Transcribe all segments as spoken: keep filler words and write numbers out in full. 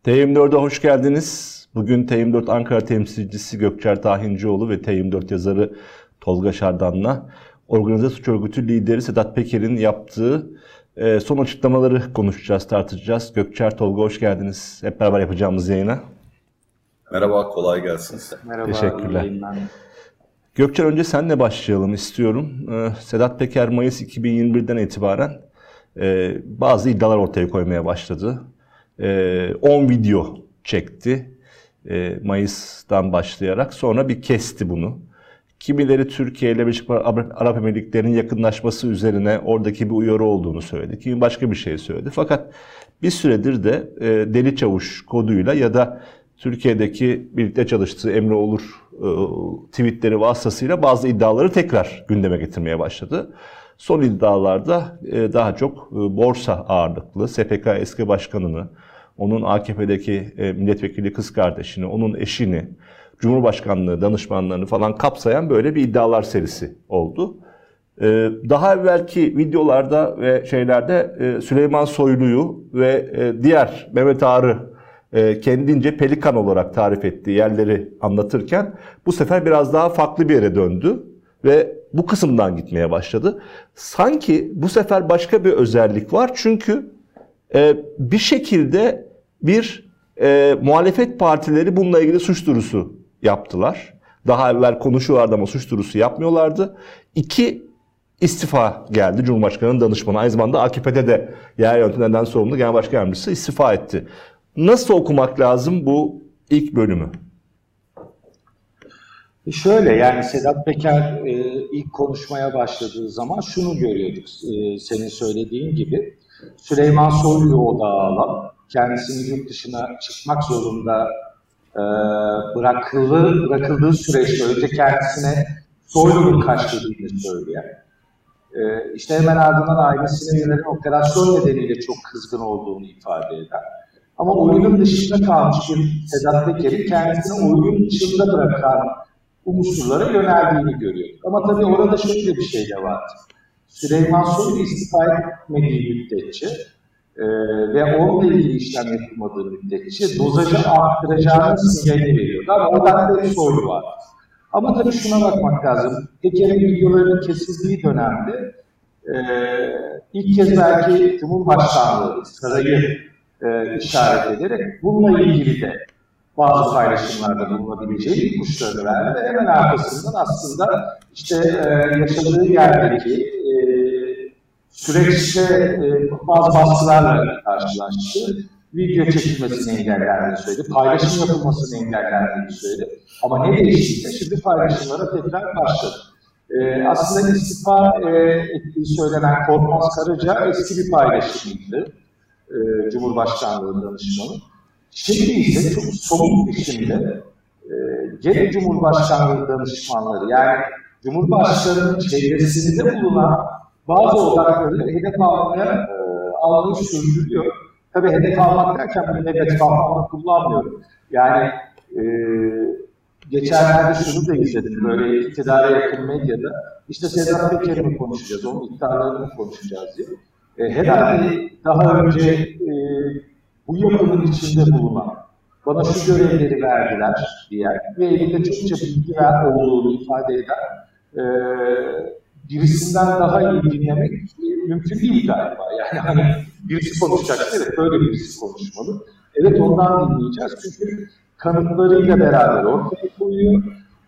T yirmi dört'e hoş geldiniz. Bugün T yirmi dört Ankara temsilcisi Gökçer Tahincioğlu ve T yirmi dört yazarı Tolga Şardan'la organize suç örgütü lideri Sedat Peker'in yaptığı e, son açıklamaları konuşacağız, tartışacağız. Gökçer, Tolga hoş geldiniz. Hep beraber yapacağımız yayına. Merhaba, kolay gelsin. Merhaba. Teşekkürler. Gökçer, önce senle başlayalım istiyorum. Ee, Sedat Peker Mayıs iki bin yirmi bir'den itibaren e, bazı iddialar ortaya koymaya başladı. on video çekti e, Mayıs'tan başlayarak. Sonra bir kesti bunu. Kimileri Türkiye ile Birleşik Arap Emirlikleri'nin yakınlaşması üzerine oradaki bir uyarı olduğunu söyledi. Kimi başka bir şey söyledi. Fakat bir süredir de e, Deli Çavuş koduyla ya da Türkiye'deki birlikte çalıştığı Emre Olur e, tweetleri vasıtasıyla bazı iddiaları tekrar gündeme getirmeye başladı. Son iddialarda e, daha çok e, borsa ağırlıklı, S P K eski başkanını, onun A K P'deki e, milletvekili kız kardeşini, onun eşini, Cumhurbaşkanlığı danışmanlarını falan kapsayan böyle bir iddialar serisi oldu. E, daha evvelki videolarda ve şeylerde e, Süleyman Soylu'yu ve e, diğer Mehmet Ağar'ı e, kendince pelikan olarak tarif ettiği yerleri anlatırken bu sefer biraz daha farklı bir yere döndü ve bu kısımdan gitmeye başladı. Sanki bu sefer başka bir özellik var. Çünkü e, bir şekilde bir e, muhalefet partileri bununla ilgili suç duyurusu yaptılar. Daha evvel konuşuyorlardı ama suç duyurusu yapmıyorlardı. İki istifa geldi. Cumhurbaşkanı'nın danışmanı. Aynı zamanda A K P'de de yer yönetimlerden sorumlu Genel Başkan Yardımcısı istifa etti. Nasıl okumak lazım bu ilk bölümü? Şöyle, yani Sedat Peker e, ilk konuşmaya başladığı zaman şunu görüyorduk, e, senin söylediğin gibi. Süleyman Soylu'yu odağa alan, kendisini yurt dışına çıkmak zorunda e, bırakıldığı, bırakıldığı süreçte önce kendisine Soylu'nun kaçtırdığını söyleyen, e, işte hemen ardından ailesine yönelik operasyon nedeniyle çok kızgın olduğunu ifade eden, ama oyunun dışında kalmış bir Sedat Peker'in kendisini oyunun dışında bırakan unsurlara yöneldiğini görüyoruz. Ama tabii orada şöyle bir şey de var. Süleyman Soylu istifa etmediği müddetçe e, ve onunla ilgili işlem yapılmadığı müddetçe dozajı arttıracağını sinyalini veriyordu. Ama orada bir Soylu var. Ama tabii şuna bakmak lazım. Peker'in videolarının kesildiği dönemde e, ilk kez belki Cumhurbaşkanlığı sarayı e, işaret ederek bununla ilgili de bazı paylaşımlarda bulunabileceği ipuçlarını verdi ve hemen arkasından aslında işte e, yaşadığı yerdeki e, süreçte e, bazı baskılarla karşılaştı. Video çekilmesini engellendiğini söyledi, paylaşım yapılmasını engellendiğini söyledi. Ama ne değiştiyse şimdi paylaşımlara tekrar başladı. E, aslında istifa e, ettiği söylenen Korkmaz Karaca eski bir paylaşımıydı, e, Cumhurbaşkanlığı danışmanı. Şimdi ise çok somut biçimde e, gene Cumhurbaşkanlığı danışmanları, yani Cumhurbaşkanı'nın çevresinde bulunan bazı odakları hedef almaya e, almayı sürdürüyor. Tabii hedef almak derken bunu negatif anlamda kullanmıyorum. Yani e, geçenlerde şunu da izledim, böyle iktidara yakın medyada, işte Sedat Peker'i mi konuşacağız, onun iddialarını konuşacağız diye. E, herhalde daha önce e, bu yapının içinde bulunan, bana şu görevleri verdiler diyen ve elinde çokça bilgi ver olduğunu ifade eden e, birisinden daha iyi dinlemek mümkün değil galiba. Yani hani birisi konuşacak, evet böyle birisi konuşmalı. Evet, ondan dinleyeceğiz çünkü kanıtlarıyla beraber ortaya koyuyor.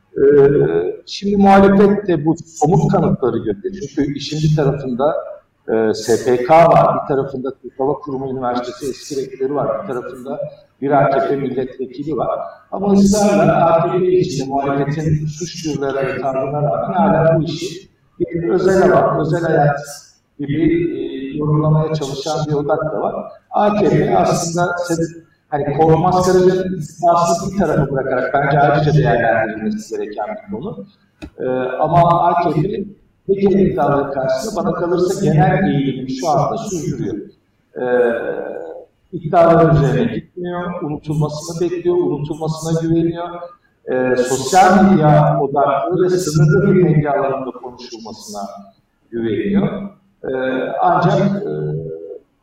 Ee, şimdi muhalefet de bu somut kanıtları görüyor. Çünkü işin bir tarafında e, S P K var, bir tarafında Türk Hava Kurumu Üniversitesi eski rektörü var, bir tarafında bir A K P milletvekili var. Ama ısrarla A K P içinde muhalefetin suç duyuruları ve tavrına rağmen hala bu işi bir özel alan, özel hayat gibi e, yorumlamaya çalışan bir odak da var. A K P aslında hani Korkmaz Karaca'nın istifasını bir tarafa bırakarak bence ayrıca değerlendirilmesi gereken bir konu. Ee, ama A K P Peker'in iddiaları karşısında bana kalırsa genel eğilimi şu anda sürdürüyor. Ee, iddialar üzerine gitmiyor, unutulmasını bekliyor, unutulmasına güveniyor. Ee, sosyal medya odaklı ve sınırlı bir medya alanında konuşulmasına güveniyor. Ee, ancak e,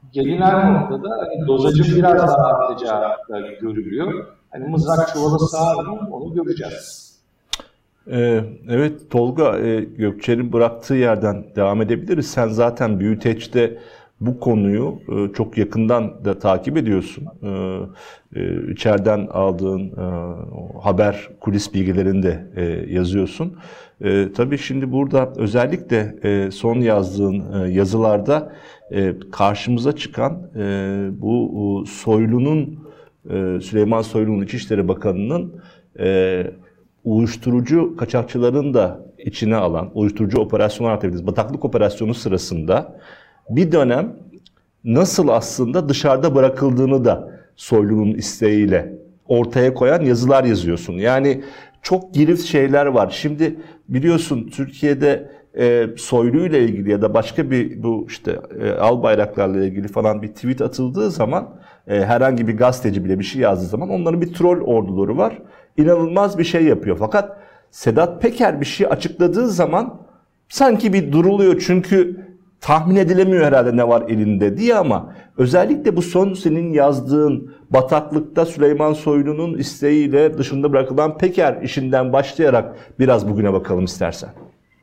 gelinen noktada hani dozajın biraz daha artacağı da görülüyor. Hani mızrak çuvala sığar mı onu göreceğiz. Ee, evet Tolga, e, Gökçer'in bıraktığı yerden devam edebiliriz. Sen zaten Büyüteç'te bu konuyu e, çok yakından da takip ediyorsun. E, e, içeriden aldığın e, haber, kulis bilgilerini de e, yazıyorsun. E, tabii şimdi burada özellikle e, son yazdığın e, yazılarda e, karşımıza çıkan e, bu Soylu'nun, e, Süleyman Soylu'nun İçişleri Bakanı'nın e, uyuşturucu kaçakçıların da içine alan, uyuşturucu operasyonlar atabiliriz. Bataklık operasyonu sırasında bir dönem nasıl aslında dışarıda bırakıldığını da Soylu'nun isteğiyle ortaya koyan yazılar yazıyorsun. Yani çok girift şeyler var. Şimdi biliyorsun Türkiye'de e, Soylu ile ilgili ya da başka bir bu işte e, Albayraklarla ilgili falan bir tweet atıldığı zaman e, herhangi bir gazeteci bile bir şey yazdığı zaman onların bir troll orduları var. İnanılmaz bir şey yapıyor. Fakat Sedat Peker bir şey açıkladığı zaman sanki bir duruluyor çünkü tahmin edilemiyor herhalde ne var elinde diye, ama özellikle bu son senin yazdığın bataklıkta Süleyman Soylu'nun isteğiyle dışında bırakılan Peker işinden başlayarak biraz bugüne bakalım istersen.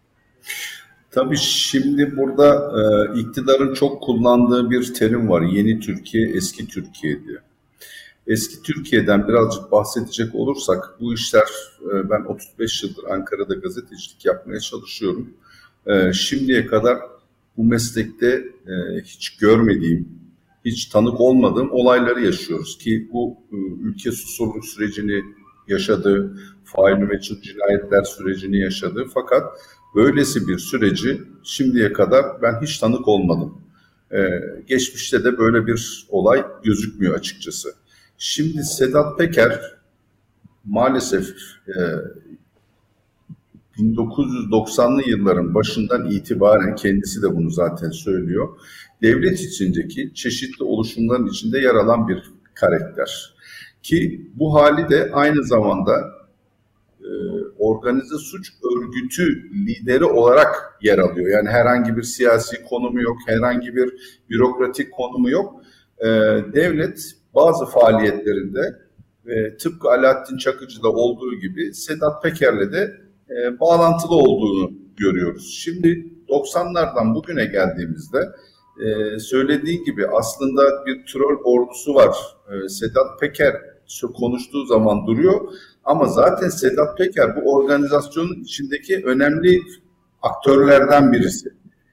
Tabii şimdi burada e, iktidarın çok kullandığı bir terim var. Yeni Türkiye, eski Türkiye diye. Eski Türkiye'den birazcık bahsedecek olursak bu işler, e, ben otuz beş yıldır Ankara'da gazetecilik yapmaya çalışıyorum. E, şimdiye kadar bu meslekte e, hiç görmediğim, hiç tanık olmadığım olayları yaşıyoruz ki bu e, ülke susurluk sürecini yaşadı, fail meçhul cinayetler sürecini yaşadı. Fakat böylesi bir süreci şimdiye kadar ben hiç tanık olmadım. E, geçmişte de böyle bir olay gözükmüyor açıkçası. Şimdi Sedat Peker maalesef e, bin dokuz yüz doksanlı yılların başından itibaren kendisi de bunu zaten söylüyor. Devlet içindeki çeşitli oluşumların içinde yer alan bir karakter. Ki bu hali de aynı zamanda e, organize suç örgütü lideri olarak yer alıyor. Yani herhangi bir siyasi konumu yok, herhangi bir bürokratik konumu yok. E, devlet bazı faaliyetlerinde e, tıpkı Alaaddin Çakıcı'da olduğu gibi Sedat Peker'le de e, bağlantılı olduğunu görüyoruz. Şimdi doksanlardan bugüne geldiğimizde e, söylediği gibi aslında bir troll ordusu var. E, Sedat Peker konuştuğu zaman duruyor ama zaten Sedat Peker bu organizasyonun içindeki önemli aktörlerden birisi.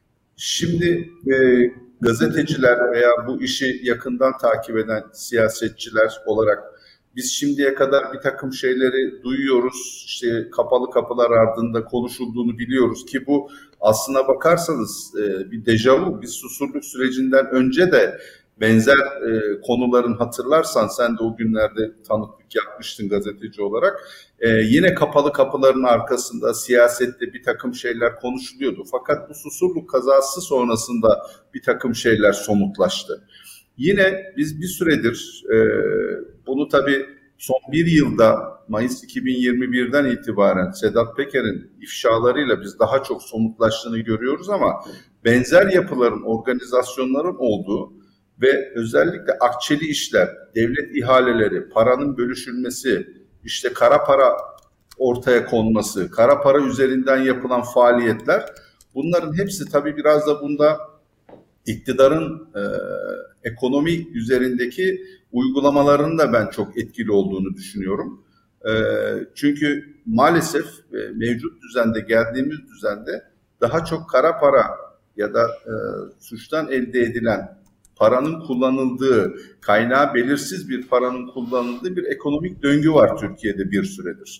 Şimdi e, gazeteciler veya bu işi yakından takip eden siyasetçiler olarak biz şimdiye kadar bir takım şeyleri duyuyoruz, işte kapalı kapılar ardında konuşulduğunu biliyoruz ki bu aslına bakarsanız e, bir dejavu, bir susurluk sürecinden önce de benzer e, konuların, hatırlarsan sen de o günlerde tanıklık yapmıştın gazeteci olarak. E, yine kapalı kapıların arkasında siyasette bir takım şeyler konuşuluyordu. Fakat bu susurluk kazası sonrasında bir takım şeyler somutlaştı. Yine biz bir süredir e, bunu tabii son bir yılda Mayıs iki bin yirmi birden itibaren Sedat Peker'in ifşalarıyla biz daha çok somutlaştığını görüyoruz ama benzer yapıların, organizasyonların olduğu ve özellikle akçeli işler, devlet ihaleleri, paranın bölüşülmesi, işte kara para ortaya konması, kara para üzerinden yapılan faaliyetler, bunların hepsi tabii biraz da bunda iktidarın e, ekonomi üzerindeki uygulamalarının da ben çok etkili olduğunu düşünüyorum. E, çünkü maalesef e, mevcut düzende, geldiğimiz düzende daha çok kara para ya da e, suçtan elde edilen paranın kullanıldığı, kaynağı belirsiz bir paranın kullanıldığı bir ekonomik döngü var Türkiye'de bir süredir.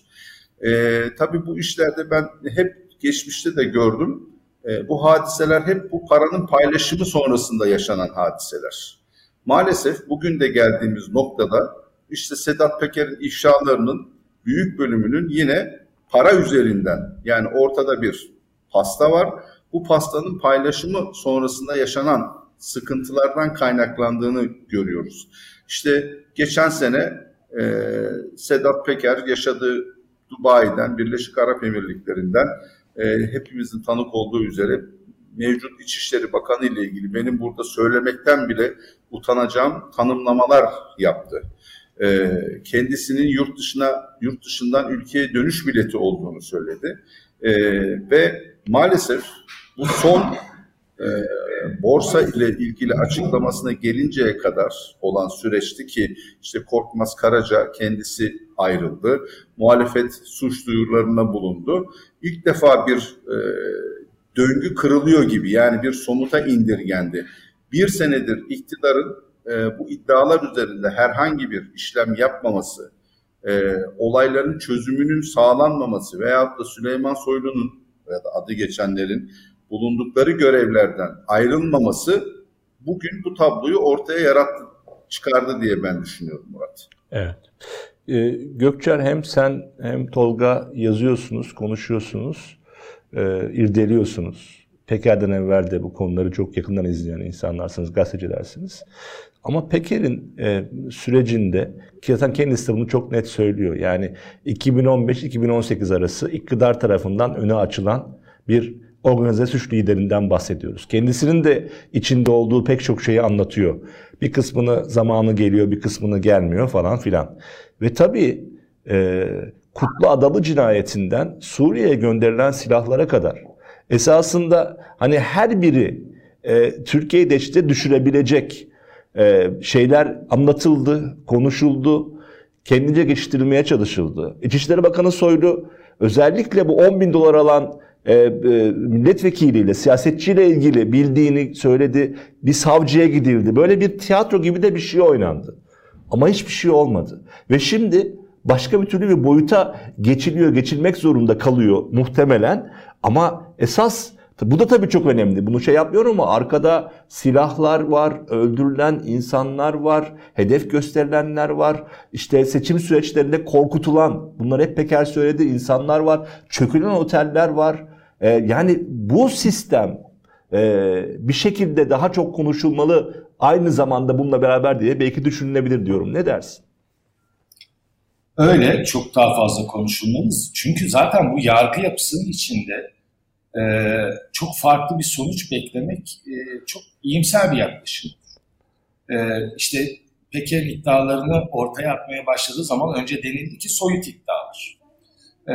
E, tabii bu işlerde ben hep geçmişte de gördüm. E, bu hadiseler hep bu paranın paylaşımı sonrasında yaşanan hadiseler. Maalesef bugün de geldiğimiz noktada işte Sedat Peker'in ifşalarının büyük bölümünün yine para üzerinden, yani ortada bir pasta var. Bu pastanın paylaşımı sonrasında yaşanan sıkıntılardan kaynaklandığını görüyoruz. İşte geçen sene e, Sedat Peker yaşadığı Dubai'den, Birleşik Arap Emirlikleri'nden e, hepimizin tanık olduğu üzere mevcut İçişleri Bakanı ile ilgili benim burada söylemekten bile utanacağım tanımlamalar yaptı. E, kendisinin yurt dışına yurt dışından ülkeye dönüş bileti olduğunu söyledi. E, ve maalesef bu son e, borsa ile ilgili açıklamasına gelinceye kadar olan süreçti ki işte Korkmaz Karaca kendisi ayrıldı. Muhalefet suç duyurularına bulundu. İlk defa bir e, döngü kırılıyor gibi, yani bir somuta indirgendi. Bir senedir iktidarın e, bu iddialar üzerinde herhangi bir işlem yapmaması, e, olayların çözümünün sağlanmaması veyahut da Süleyman Soylu'nun ya da adı geçenlerin bulundukları görevlerden ayrılmaması bugün bu tabloyu ortaya yarattı, çıkardı diye ben düşünüyorum Murat. Evet. Ee, Gökçer, hem sen hem Tolga yazıyorsunuz, konuşuyorsunuz, e, irdeliyorsunuz. Peker'den evvel de bu konuları çok yakından izleyen insanlarsınız, gazetecilersiniz. Ama Peker'in e, sürecinde, ki zaten kendisi de bunu çok net söylüyor. Yani iki bin on beş iki bin on sekiz arası iktidar tarafından öne açılan bir organize suç liderinden bahsediyoruz. Kendisinin de içinde olduğu pek çok şeyi anlatıyor. Bir kısmını zamanı geliyor, bir kısmını gelmiyor falan filan. Ve tabii e, Kutlu Adalı cinayetinden Suriye'ye gönderilen silahlara kadar esasında hani her biri e, Türkiye'yi dehşete düşürebilecek e, şeyler anlatıldı, konuşuldu, kendince geçiştirilmeye çalışıldı. İçişleri Bakanı Soylu özellikle bu on bin dolar alan e, e, milletvekiliyle, siyasetçiyle ilgili bildiğini söyledi. Bir savcıya gidildi. Böyle bir tiyatro gibi de bir şey oynandı. Ama hiçbir şey olmadı. Ve şimdi başka bir türlü bir boyuta geçiliyor, geçilmek zorunda kalıyor muhtemelen. Ama esas, bu da tabii çok önemli. Bunu şey yapmıyorum ama arkada silahlar var, öldürülen insanlar var, hedef gösterilenler var. İşte seçim süreçlerinde korkutulan, bunlar hep Peker söyledi, insanlar var. Çökülen oteller var. Ee, yani bu sistem e, bir şekilde daha çok konuşulmalı, aynı zamanda bununla beraber diye belki düşünülebilir diyorum. Ne dersin? Öyle, çok daha fazla konuşulmamız. Çünkü zaten bu yargı yapısının içinde e, çok farklı bir sonuç beklemek e, çok iyimser bir yaklaşım. E, işte Peker'in iddialarını ortaya atmaya başladığı zaman önce denildi ki soyut iddialar. E,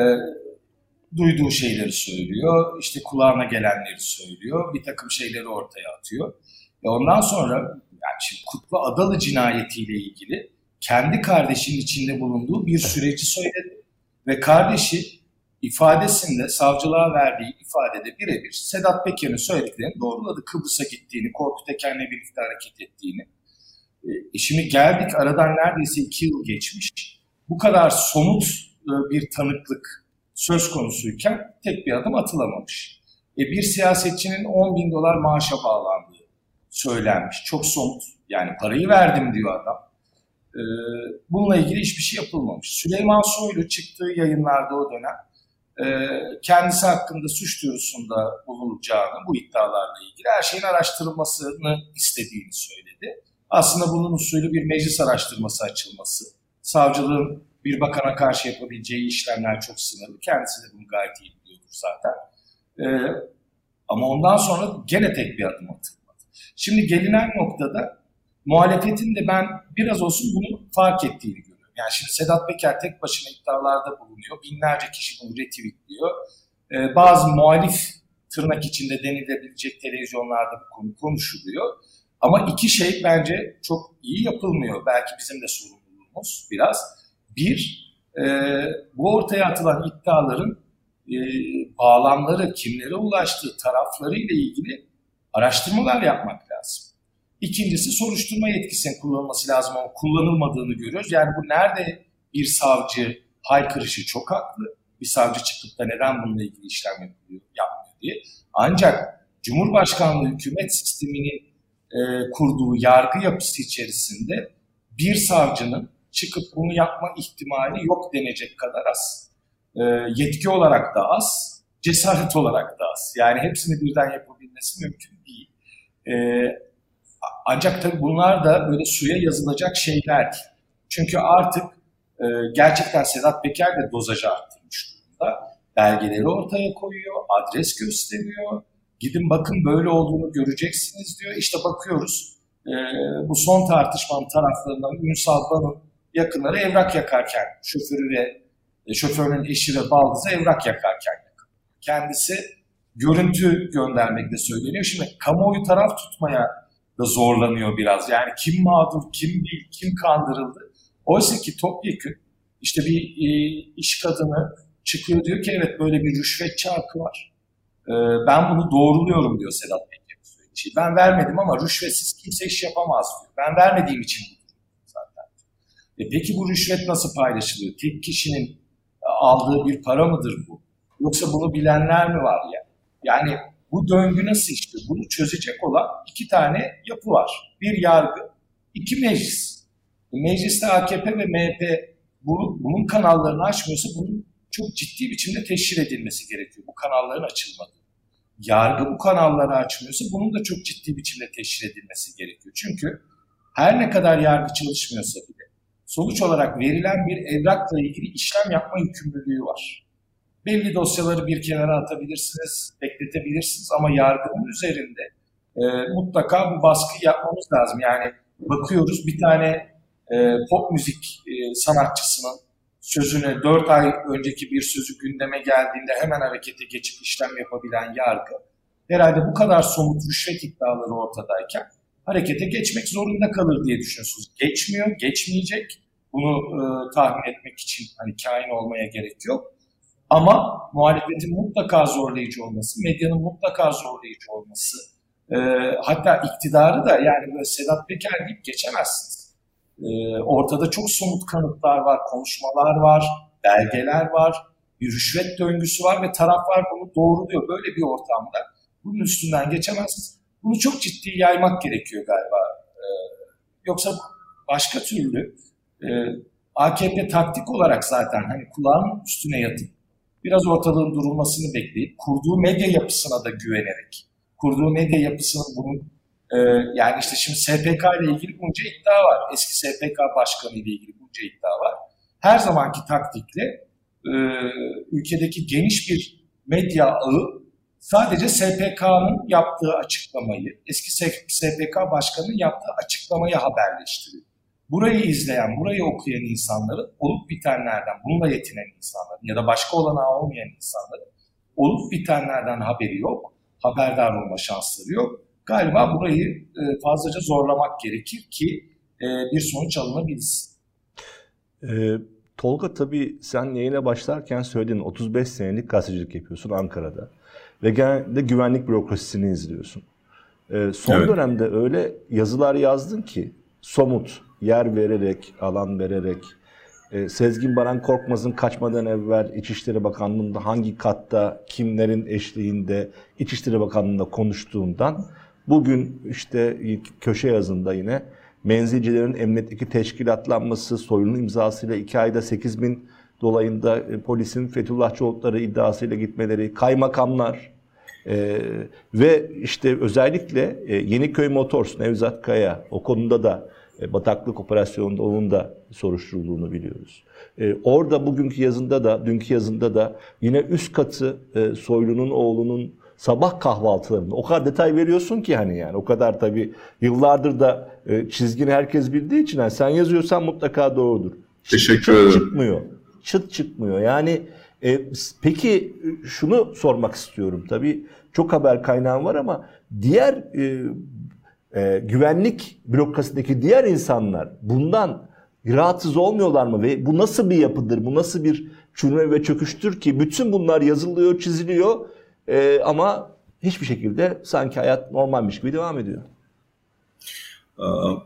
duyduğu şeyleri söylüyor, işte kulağına gelenleri söylüyor, bir takım şeyleri ortaya atıyor. Ve ondan sonra yani şimdi Kutlu Adalı cinayetiyle ilgili kendi kardeşinin içinde bulunduğu bir süreci söyledi. Ve kardeşi ifadesinde, savcılığa verdiği ifadede birebir Sedat Peker'in söylediklerini doğruladı. Kıbrıs'a gittiğini, Korkut Eken'le birlikte hareket ettiğini. E şimdi geldik, aradan neredeyse iki yıl geçmiş. Bu kadar somut bir tanıklık söz konusuyken tek bir adım atılamamış. E bir siyasetçinin on bin dolar maaşa bağlandığı söylenmiş. Çok somut. Yani parayı verdim diyor adam. Ee, bununla ilgili hiçbir şey yapılmamış. Süleyman Soylu çıktığı yayınlarda o dönem e, kendisi hakkında suç duyurusunda bulunacağını, bu iddialarla ilgili her şeyin araştırılmasını istediğini söyledi. Aslında bunun usulü bir meclis araştırması açılması. Savcılığın bir bakana karşı yapabileceği işlemler çok sınırlı. Kendisi de bunu gayet iyi biliyordur zaten. Ee, ama ondan sonra gene tek bir adım atılmadı. Şimdi gelinen noktada muhalefetin de ben biraz olsun bunu fark ettiğini görüyorum. Yani şimdi Sedat Peker tek başına iddialarda bulunuyor. Binlerce kişi bunu retweetliyor. Ee, bazı muhalif tırnak içinde denilebilecek televizyonlarda bu konu konuşuluyor. Ama iki şey bence çok iyi yapılmıyor. Belki bizim de sorumluluğumuz biraz. Bir, e, bu ortaya atılan iddiaların e, bağlamları, kimlere ulaştığı taraflarıyla ilgili araştırmalar yapmak lazım. İkincisi, soruşturma yetkisinin kullanılması lazım ama kullanılmadığını görüyoruz. Yani bu nerede bir savcı haykırışı çok haklı. Bir savcı çıkıp da neden bununla ilgili işlem yapılıyor, yapmıyor diye. Ancak Cumhurbaşkanlığı hükümet sisteminin e, kurduğu yargı yapısı içerisinde bir savcının çıkıp bunu yapma ihtimali yok denecek kadar az. E, yetki olarak da az, cesaret olarak da az. Yani hepsini birden yapabilmesi mümkün değil. E, ancak tabii bunlar da böyle suya yazılacak şeyler. Çünkü artık e, gerçekten Sedat Peker de dozajı arttırmış durumda. Belgeleri ortaya koyuyor, adres gösteriyor, Gidin bakın böyle olduğunu göreceksiniz diyor. İşte bakıyoruz e, bu son tartışmanın taraflarından Ünsal Ban'ın yakınları evrak yakarken, şoförü ve e, şoförün eşi ve baldızı evrak yakarken kendisi görüntü göndermekle söyleniyor. Şimdi kamuoyu taraf tutmaya da zorlanıyor biraz. Yani kim mağdur, kim değil, kim kandırıldı. Oysa ki topyekün işte bir e, iş kadını çıkıyor diyor ki evet böyle bir rüşvet çarkı var. E, ben bunu doğruluyorum diyor Sedat Peker'in söylediği. Ben vermedim ama rüşvetsiz kimse iş yapamaz diyor. Ben vermediğim için bu zaten. E, peki bu rüşvet nasıl paylaşılıyor? Tek kişinin aldığı bir para mıdır bu? Yoksa bunu bilenler mi var ya? Yani bu döngü nasıl işliyor? Bunu çözecek olan iki tane yapı var. Bir yargı, iki meclis. Mecliste A K P ve M H P bu, bunun kanallarını açmıyorsa bunun çok ciddi biçimde teşhir edilmesi gerekiyor. Bu kanalların açılmadığı. Yargı bu kanalları açmıyorsa bunun da çok ciddi biçimde teşhir edilmesi gerekiyor. Çünkü her ne kadar yargı çalışmıyorsa bile sonuç olarak verilen bir evrakla ilgili işlem yapma yükümlülüğü var. Belli dosyaları bir kenara atabilirsiniz, bekletebilirsiniz ama yargının üzerinde e, mutlaka bu baskıyı yapmamız lazım. Yani bakıyoruz bir tane e, pop müzik e, sanatçısının sözüne dört ay önceki bir sözü gündeme geldiğinde hemen harekete geçip işlem yapabilen yargı herhalde bu kadar somut rüşvet iddiaları ortadayken harekete geçmek zorunda kalır diye düşünüyorsunuz. Geçmiyor, geçmeyecek. Bunu e, tahmin etmek için hani kain olmaya gerek yok. Ama muhalefetin mutlaka zorlayıcı olması, medyanın mutlaka zorlayıcı olması, e, hatta iktidarı da yani böyle Sedat Peker deyip geçemezsiniz. E, ortada çok somut kanıtlar var, konuşmalar var, belgeler var, bir rüşvet döngüsü var ve taraflar bunu doğruluyor. Böyle bir ortamda bunun üstünden geçemezsiniz. Bunu çok ciddi yaymak gerekiyor galiba. E, yoksa başka türlü e, A K P taktik olarak zaten hani kulağın üstüne yatıp biraz ortalığın durulmasını bekleyip kurduğu medya yapısına da güvenerek, kurduğu medya yapısının bunun e, yani işte şimdi S P K ile ilgili bunca iddia var. Eski S P K başkanı ile ilgili bunca iddia var. Her zamanki taktikle e, ülkedeki geniş bir medya ağı sadece S P K'nın yaptığı açıklamayı, eski S P K başkanının yaptığı açıklamayı haberleştiriyor. Burayı izleyen, burayı okuyan insanların olup bitenlerden, bununla yetinen insanların ya da başka olanağı olmayan insanların olup bitenlerden haberi yok, haberdar olma şansları yok. Galiba burayı fazlaca zorlamak gerekir ki bir sonuç alınabilsin. Ee, Tolga tabii sen yayına başlarken söyledin otuz beş senelik gazetecilik yapıyorsun Ankara'da ve genelde güvenlik bürokrasisini izliyorsun. Ee, son evet. dönemde öyle yazılar yazdın ki somut, yer vererek, alan vererek, e, Sezgin Baran Korkmaz'ın kaçmadan evvel İçişleri Bakanlığı'nda hangi katta, kimlerin eşliğinde İçişleri Bakanlığı'nda konuştuğundan bugün işte köşe yazında yine menzilcilerin emniyetteki teşkilatlanması, Soylu'nun imzasıyla iki ayda sekiz bin dolayında e, polisin Fethullahçı iddiasıyla gitmeleri, kaymakamlar e, ve işte özellikle e, Yeniköy Motors, Nevzat Kaya o konuda da e, bataklık operasyonunda onun da soruşturulduğunu biliyoruz. E, orada bugünkü yazında da, dünkü yazında da yine üst katı e, Soylu'nun oğlunun sabah kahvaltılarında o kadar detay veriyorsun ki hani yani o kadar tabii yıllardır da e, çizgini herkes bildiği için yani sen yazıyorsan mutlaka doğrudur. Teşekkür ederim. Çıt çıkmıyor. Çıt çıkmıyor. Yani e, peki şunu sormak istiyorum tabii çok haber kaynağım var ama diğer e, e, güvenlik bürokrasisindeki diğer insanlar bundan rahatsız olmuyorlar mı ve bu nasıl bir yapıdır? Bu nasıl bir çürüme ve çöküştür ki bütün bunlar yazılıyor, çiziliyor. Ee, ama hiçbir şekilde sanki hayat normalmiş gibi devam ediyor. Ee,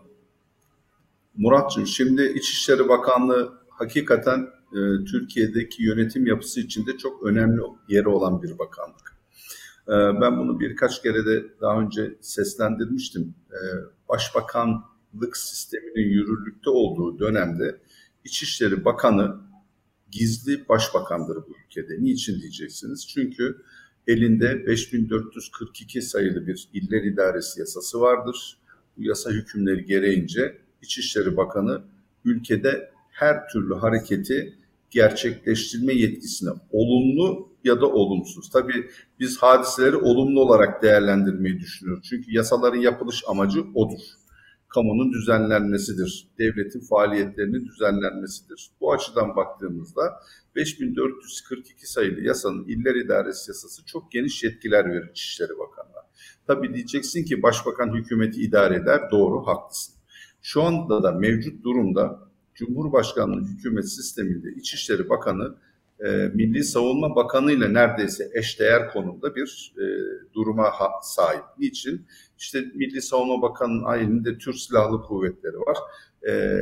Muratcığım, şimdi İçişleri Bakanlığı hakikaten e, Türkiye'deki yönetim yapısı içinde çok önemli yeri olan bir bakanlık. E, ben bunu birkaç kere de daha önce seslendirmiştim. E, Başbakanlık sisteminin yürürlükte olduğu dönemde İçişleri Bakanı gizli başbakandır bu ülkede. Niçin diyeceksiniz? Çünkü elinde beş bin dört yüz kırk iki sayılı bir İller İdaresi yasası vardır. Bu yasa hükümleri gereğince İçişleri Bakanı ülkede her türlü hareketi gerçekleştirme yetkisine olumlu ya da olumsuz. Tabii biz hadiseleri olumlu olarak değerlendirmeyi düşünüyoruz. Çünkü yasaların yapılış amacı odur. Kamunun düzenlenmesidir, devletin faaliyetlerinin düzenlenmesidir. Bu açıdan baktığımızda beş bin dört yüz kırk iki sayılı yasanın İller İdaresi Yasası çok geniş yetkiler verir İçişleri Bakanı'na. Tabii diyeceksin ki Başbakan hükümeti idare eder, doğru, haklısın. Şu anda da mevcut durumda Cumhurbaşkanlığı hükümet sisteminde İçişleri Bakanı e, Milli Savunma Bakanı ile neredeyse eşdeğer konumda bir e, duruma ha, sahip. Niçin? İşte Milli Savunma Bakanı'nın elinde Türk Silahlı Kuvvetleri var. E,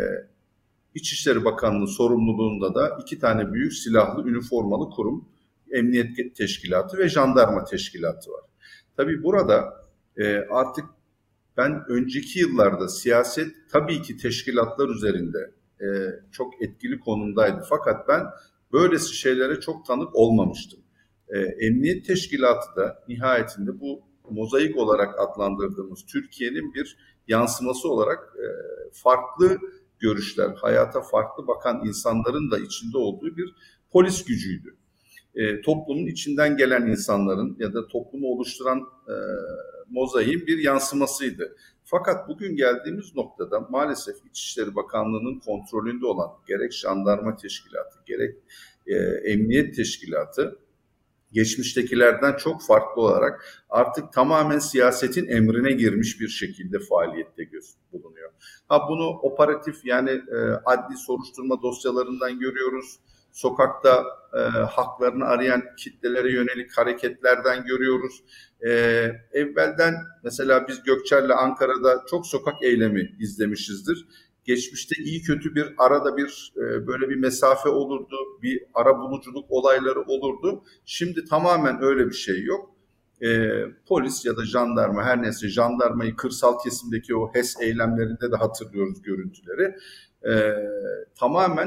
İçişleri Bakanlığı sorumluluğunda da iki tane büyük silahlı üniformalı kurum, Emniyet Teşkilatı ve Jandarma Teşkilatı var. Tabii burada e, artık ben önceki yıllarda siyaset tabii ki teşkilatlar üzerinde e, çok etkili konumdaydı. Fakat ben böylesi şeylere çok tanık olmamıştım. E, Emniyet Teşkilatı da nihayetinde bu mozaik olarak adlandırdığımız Türkiye'nin bir yansıması olarak e, farklı görüşler, hayata farklı bakan insanların da içinde olduğu bir polis gücüydü. E, toplumun içinden gelen insanların ya da toplumu oluşturan e, mozaiğin bir yansımasıydı. Fakat bugün geldiğimiz noktada maalesef İçişleri Bakanlığı'nın kontrolünde olan gerek Jandarma Teşkilatı, gerek e, Emniyet Teşkilatı geçmiştekilerden çok farklı olarak artık tamamen siyasetin emrine girmiş bir şekilde faaliyette bulunuyor. Ha bunu operatif yani e, adli soruşturma dosyalarından görüyoruz. Sokakta e, haklarını arayan kitlelere yönelik hareketlerden görüyoruz. E, evvelden mesela biz Gökçer'le Ankara'da çok sokak eylemi izlemişizdir. Geçmişte iyi kötü bir arada bir e, böyle bir mesafe olurdu, bir ara buluculuk olayları olurdu. Şimdi tamamen öyle bir şey yok. E, polis ya da jandarma, her neyse jandarmayı kırsal kesimdeki o H E S eylemlerinde de hatırlıyoruz görüntüleri. E, tamamen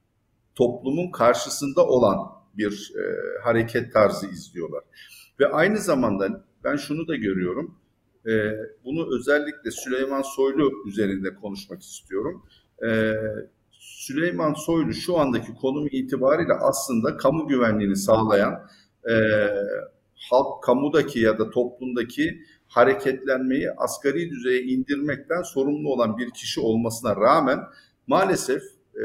toplumun karşısında olan bir e, hareket tarzı izliyorlar. Ve aynı zamanda ben şunu da görüyorum. Ee, bunu özellikle Süleyman Soylu üzerinde konuşmak istiyorum. Ee, Süleyman Soylu şu andaki konumu itibariyle aslında kamu güvenliğini sağlayan, e, halk kamudaki ya da toplumdaki hareketlenmeyi asgari düzeye indirmekten sorumlu olan bir kişi olmasına rağmen maalesef e,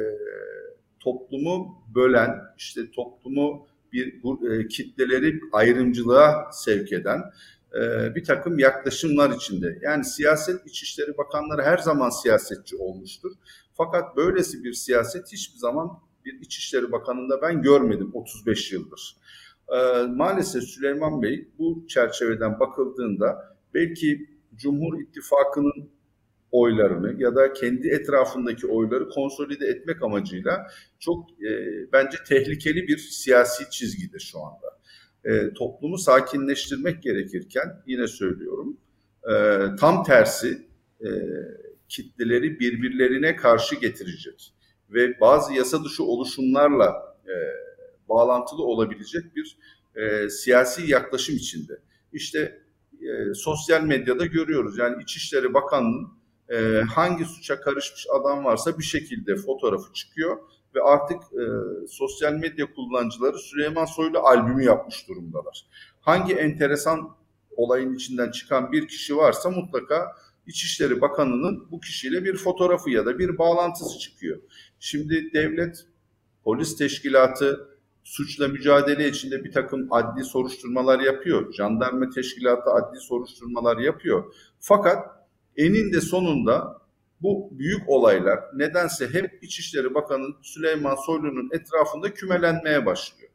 toplumu bölen, işte toplumu bir bu, e, kitleleri ayrımcılığa sevk eden bir takım yaklaşımlar içinde. Yani siyaset, İçişleri Bakanları her zaman siyasetçi olmuştur. Fakat böylesi bir siyaset hiçbir zaman bir İçişleri Bakanı'nda ben görmedim otuz beş yıldır. Maalesef Süleyman Bey bu çerçeveden bakıldığında belki Cumhur İttifakı'nın oylarını ya da kendi etrafındaki oyları konsolide etmek amacıyla çok e, bence tehlikeli bir siyasi çizgidir şu anda. E, toplumu sakinleştirmek gerekirken yine söylüyorum e, tam tersi e, kitleleri birbirlerine karşı getirecek ve bazı yasa dışı oluşumlarla e, bağlantılı olabilecek bir e, siyasi yaklaşım içinde. İşte e, sosyal medyada görüyoruz yani İçişleri Bakanlığı'nın e, hangi suça karışmış adam varsa bir şekilde fotoğrafı çıkıyor. Ve artık e, sosyal medya kullanıcıları Süleyman Soylu albümü yapmış durumdalar. Hangi enteresan olayın içinden çıkan bir kişi varsa mutlaka İçişleri Bakanı'nın bu kişiyle bir fotoğrafı ya da bir bağlantısı çıkıyor. Şimdi devlet, polis teşkilatı suçla mücadele içinde bir takım adli soruşturmalar yapıyor. Jandarma teşkilatı adli soruşturmalar yapıyor. Fakat eninde sonunda bu büyük olaylar nedense hep İçişleri Bakanı Süleyman Soylu'nun etrafında kümelenmeye başlıyor.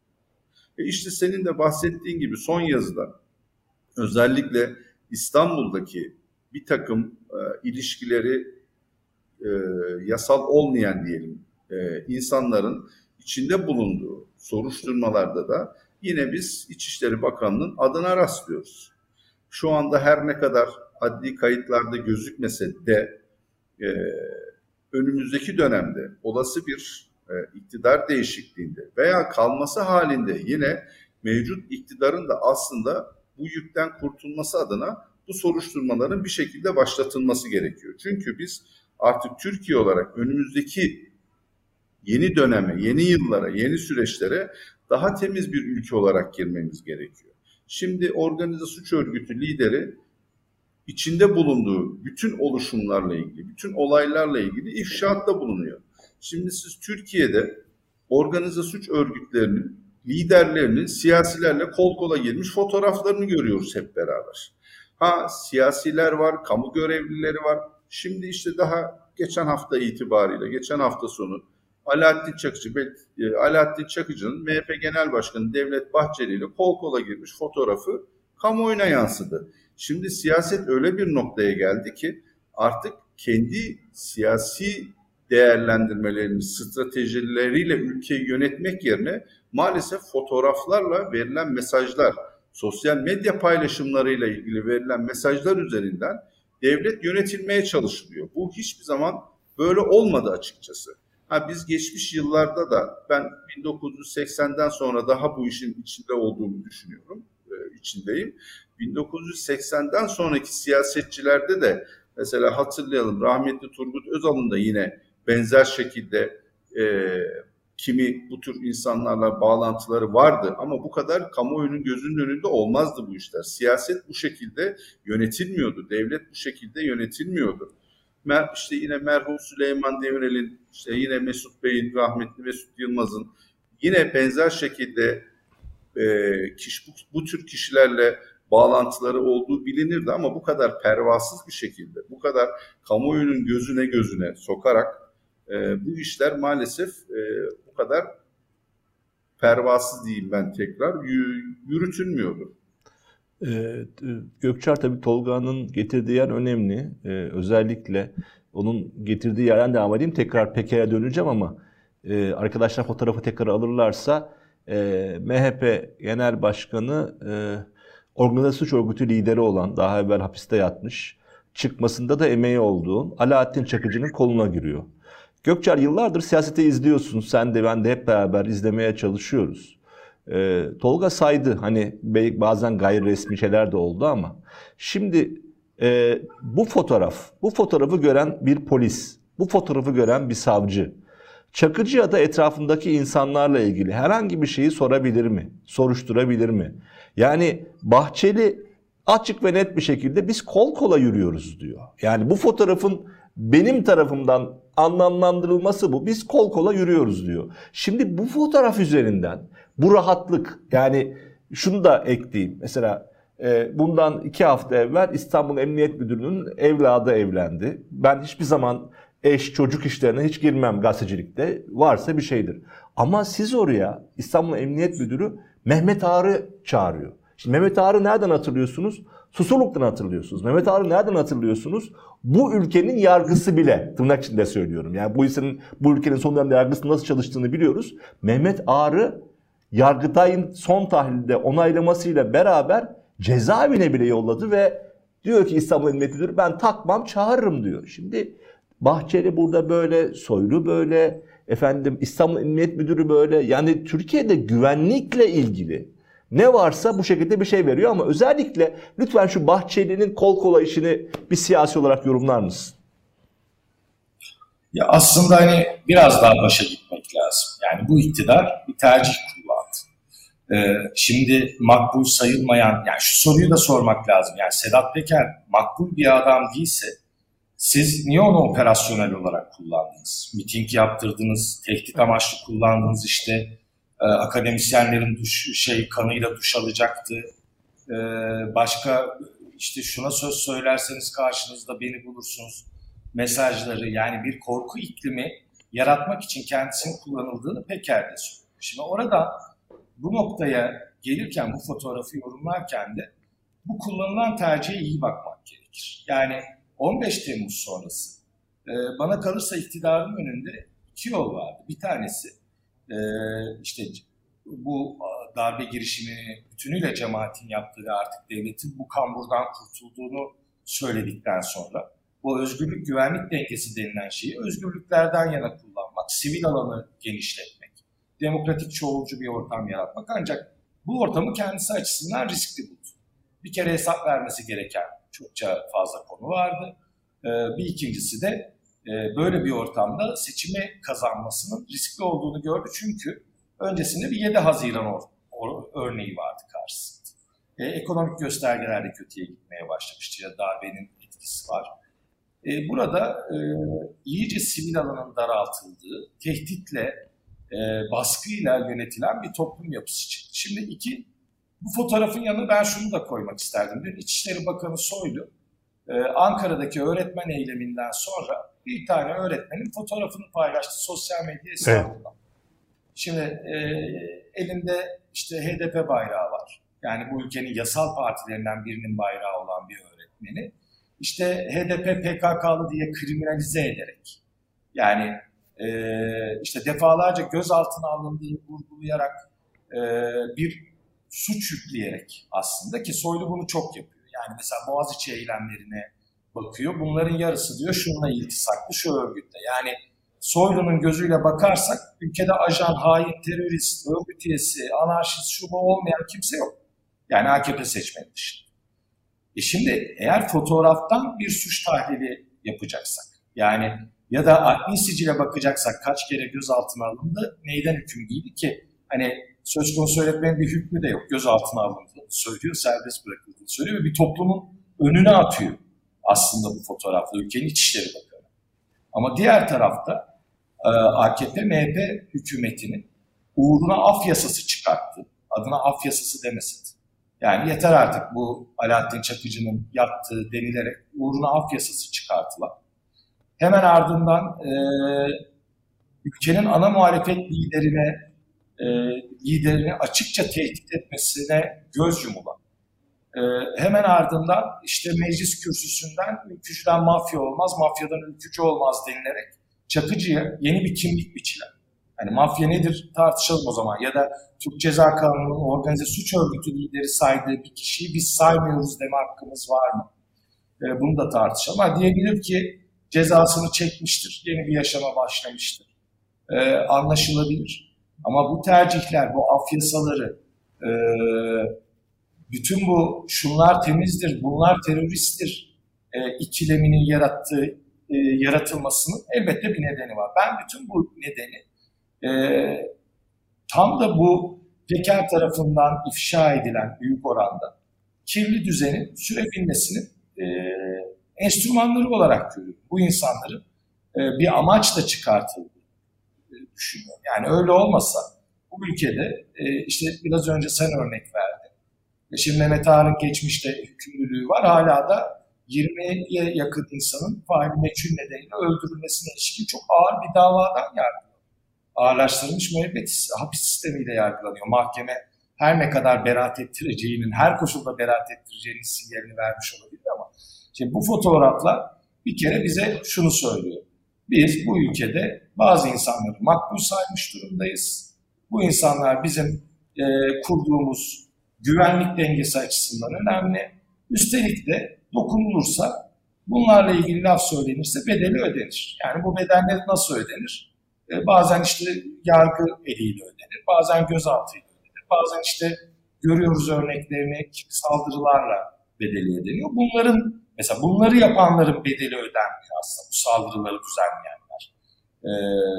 E işte senin de bahsettiğin gibi son yazıda özellikle İstanbul'daki bir takım e, ilişkileri e, yasal olmayan diyelim e, insanların içinde bulunduğu soruşturmalarda da yine biz İçişleri Bakanı'nın adına rastlıyoruz. Şu anda her ne kadar adli kayıtlarda gözükmese de Ee, önümüzdeki dönemde olası bir e, iktidar değişikliğinde veya kalması halinde yine mevcut iktidarın da aslında bu yükten kurtulması adına bu soruşturmaların bir şekilde başlatılması gerekiyor. Çünkü biz artık Türkiye olarak önümüzdeki yeni döneme, yeni yıllara, yeni süreçlere daha temiz bir ülke olarak girmemiz gerekiyor. Şimdi organize suç örgütü lideri içinde bulunduğu bütün oluşumlarla ilgili, bütün olaylarla ilgili ifşaatta bulunuyor. Şimdi siz Türkiye'de organize suç örgütlerinin liderlerinin siyasilerle kol kola girmiş fotoğraflarını görüyoruz hep beraber. Ha, siyasiler var, kamu görevlileri var. Şimdi işte daha geçen hafta itibariyle, geçen hafta sonu Alaaddin Çakıcı, Alaaddin Çakıcı'nın M H P Genel Başkanı Devlet Bahçeli ile kol kola girmiş fotoğrafı kamuoyuna yansıdı. Şimdi siyaset öyle bir noktaya geldi ki artık kendi siyasi değerlendirmelerini, stratejileriyle ülkeyi yönetmek yerine maalesef fotoğraflarla verilen mesajlar, sosyal medya paylaşımlarıyla ilgili verilen mesajlar üzerinden devlet yönetilmeye çalışılıyor. Bu hiçbir zaman böyle olmadı açıkçası. Ha, biz geçmiş yıllarda da ben bin dokuz yüz seksenden sonra daha bu işin içinde olduğumu düşünüyorum, e, içindeyim. bin dokuz yüz seksenden sonraki siyasetçilerde de mesela hatırlayalım, rahmetli Turgut Özal'ın da yine benzer şekilde e, kimi bu tür insanlarla bağlantıları vardı ama bu kadar kamuoyunun gözünün önünde olmazdı bu işler. Siyaset bu şekilde yönetilmiyordu, devlet bu şekilde yönetilmiyordu. Mer, işte yine merhum Süleyman Demirel'in, işte yine Mesut Bey'in, rahmetli Mesut Yılmaz'ın yine benzer şekilde e, kişi, bu, bu tür kişilerle bağlantıları olduğu bilinirdi ama bu kadar pervasız bir şekilde, bu kadar kamuoyunun gözüne gözüne sokarak e, bu işler maalesef e, bu kadar pervasız diyeyim ben tekrar yürütülmüyordu. Ee, Gökçer, tabii Tolga'nın getirdiği yer önemli. Ee, özellikle onun getirdiği yerden devam edeyim. Tekrar Peker'e döneceğim ama e, arkadaşlar fotoğrafı tekrar alırlarsa e, M H P Genel Başkanı e, organize suç örgütü lideri olan, daha evvel hapiste yatmış, çıkmasında da emeği olduğu Alaaddin Çakıcı'nın koluna giriyor. Gökçer, yıllardır siyaseti izliyorsun. Sen de ben de hep beraber izlemeye çalışıyoruz. Ee, Tolga saydı, hani bazen gayri resmi şeyler de oldu ama şimdi e, bu fotoğraf, bu fotoğrafı gören bir polis, bu fotoğrafı gören bir savcı, Çakıcı ya da etrafındaki insanlarla ilgili herhangi bir şeyi sorabilir mi? Soruşturabilir mi? Yani Bahçeli açık ve net bir şekilde biz kol kola yürüyoruz diyor. Yani bu fotoğrafın benim tarafımdan anlamlandırılması bu. Biz kol kola yürüyoruz diyor. Şimdi bu fotoğraf üzerinden bu rahatlık, yani şunu da ekleyeyim. Mesela e, bundan iki hafta evvel İstanbul Emniyet Müdürü'nün evladı evlendi. Ben hiçbir zaman eş çocuk işlerine hiç girmem gazetecilikte. Varsa bir şeydir. Ama siz oraya İstanbul Emniyet Müdürü Mehmet Ağar'ı çağırıyor. Şimdi Mehmet Ağar'ı nereden hatırlıyorsunuz? Susurluk'tan hatırlıyorsunuz. Mehmet Ağar'ı nereden hatırlıyorsunuz? Bu ülkenin yargısı bile, tırnak içinde söylüyorum. Yani bu ülkenin, bu ülkenin son dönemde yargısının nasıl çalıştığını biliyoruz. Mehmet Ağar'ı Yargıtay'ın son tahlilde onaylamasıyla beraber cezaevine bile yolladı ve diyor ki İstanbul Emniyet Müdürü, ben takmam çağırırım diyor. Şimdi Bahçeli burada böyle, Soylu böyle, efendim İstanbul Emniyet Müdürü böyle. Yani Türkiye'de güvenlikle ilgili ne varsa bu şekilde bir şey veriyor ama özellikle lütfen şu Bahçeli'nin kol kola işini bir siyasi olarak yorumlar mısın? Ya aslında hani biraz daha başa gitmek lazım. Yani bu iktidar bir tercih kullandı. Ee, şimdi makbul sayılmayan, yani şu soruyu da sormak lazım. Yani Sedat Peker makbul bir adam değilse siz niye onu operasyonel olarak kullandınız? Miting yaptırdınız, tehdit amaçlı kullandınız, işte e, akademisyenlerin duş, şey kanıyla duş alacaktı. E, başka işte şuna söz söylerseniz karşınızda beni bulursunuz mesajları, yani bir korku iklimi yaratmak için kendisinin kullanıldığını Peker de söylüyor. Şimdi orada bu noktaya gelirken, bu fotoğrafı yorumlarken de bu kullanılan tercihe iyi bakmak gerekir. Yani on beş Temmuz sonrası e, bana kalırsa iktidarın önünde iki yol vardı. Bir tanesi e, işte bu darbe girişimini bütünüyle cemaatin yaptığı ve artık devletin bu kamburdan kurtulduğunu söyledikten sonra bu özgürlük güvenlik dengesi denilen şeyi özgürlüklerden yana kullanmak, sivil alanı genişletmek, demokratik çoğulcu bir ortam yaratmak, ancak bu ortamı kendisi açısından riskli buldu. Bir kere hesap vermesi gereken çokça fazla konu vardı. Ee, bir ikincisi de e, böyle bir ortamda seçimi kazanmasının riskli olduğunu gördü. Çünkü Öncesinde bir yedi Haziran or, or, örneği vardı karşısında. E, ekonomik göstergeler de kötüye gitmeye başlamıştı. Ya darbenin etkisi var. E, burada e, iyice sivil alanın daraltıldığı, tehditle, e, baskıyla yönetilen bir toplum yapısı çıktı. Şimdi iki, bu fotoğrafın yanına ben şunu da koymak isterdim. Dün İçişleri Bakanı Soylu, e, Ankara'daki öğretmen eyleminden sonra bir tane öğretmenin fotoğrafını paylaştı sosyal medya hesabından. Evet. Şimdi e, elinde işte H D P bayrağı var. Yani bu ülkenin yasal partilerinden birinin bayrağı olan bir öğretmeni. İşte H D P P K K'lı diye kriminalize ederek, yani e, işte defalarca gözaltına alındığını vurgulayarak e, bir suç yükleyerek aslında, ki Soylu bunu çok yapıyor. Yani mesela Boğaziçi eylemlerine bakıyor. Bunların yarısı diyor şununla iltisaklı şu örgütle. Yani Soylu'nun gözüyle bakarsak ülkede ajan, hain, terörist, örgüt üyesi, anarşist, şu bu olmayan kimse yok. Yani A K P seçmeni dışında. E şimdi eğer fotoğraftan bir suç tahlili yapacaksak, yani ya da adli sicile bakacaksak kaç kere gözaltına alındı, neyden hüküm giydi ki? Hani söz konusu öğretmenin bir hükmü de yok. Gözaltına alındığını söylüyor, serbest bırakıldığını söylüyor ve bir toplumun önüne atıyor aslında bu fotoğrafla ülkenin İçişleri Bakanı. Ama diğer tarafta A K P M H P hükümetinin uğruna af yasası çıkarttı. Adına af yasası demesin. Yani yeter artık bu Alaaddin Çakıcı'nın yaptığı denilerek uğruna af yasası çıkartılan. Hemen ardından e, ülkenin ana muhalefet liderine e, liderini açıkça tehdit etmesine göz yumulan. E, hemen ardından işte meclis kürsüsünden ülkücüden mafya olmaz, mafyadan ülkücü olmaz denilerek Çakıcı'ya yeni bir kimlik biçilen. Hani mafya nedir tartışalım o zaman, ya da Türk Ceza Kanunu'nun organize suç örgütü lideri saydığı bir kişiyi biz saymıyoruz deme hakkımız var mı? E, bunu da tartışalım. Ama diyebilir ki cezasını çekmiştir, yeni bir yaşama başlamıştır. E, anlaşılabilir. Ama bu tercihler, bu af yasaları, e, bütün bu şunlar temizdir, bunlar teröristtir e, ikileminin yarattığı, e, yaratılmasının elbette bir nedeni var. Ben bütün bu nedeni Ee, tam da bu Peker tarafından ifşa edilen büyük oranda kirli düzenin sürebilmesinin e, enstrümanları olarak görüyorum. Bu insanların e, bir amaçla çıkartıldığını e, düşünüyorum. Yani öyle olmasa bu ülkede e, işte biraz önce sen örnek verdin. E şimdi Mehmet Ağar'ın geçmişte hükümlülüğü var. Hala da yirmiye yakın insanın faili meçhul nedeniyle öldürülmesine ilişkin çok ağır bir davadan yargılanıyor. Ağırlaştırılmış müebbet hapis sistemiyle yargılanıyor. Mahkeme her ne kadar beraat ettireceğinin, her koşulda beraat ettireceğinin sinyalini vermiş olabilir ama şimdi bu fotoğraflar bir kere bize şunu söylüyor. Biz bu ülkede bazı insanları makbul saymış durumdayız. Bu insanlar bizim e, kurduğumuz güvenlik dengesi açısından önemli. Üstelik de dokunulursa, bunlarla ilgili laf söylenirse bedeli ödenir. Yani bu bedeller nasıl ödenir? Bazen işte yargı eliyle ödenir, bazen gözaltıyla ödenir, bazen işte görüyoruz örneklerini saldırılarla bedeli ödeniyor. Bunların, mesela bunları yapanların bedeli ödenmiyor aslında, bu saldırıları düzenleyenler. Ee,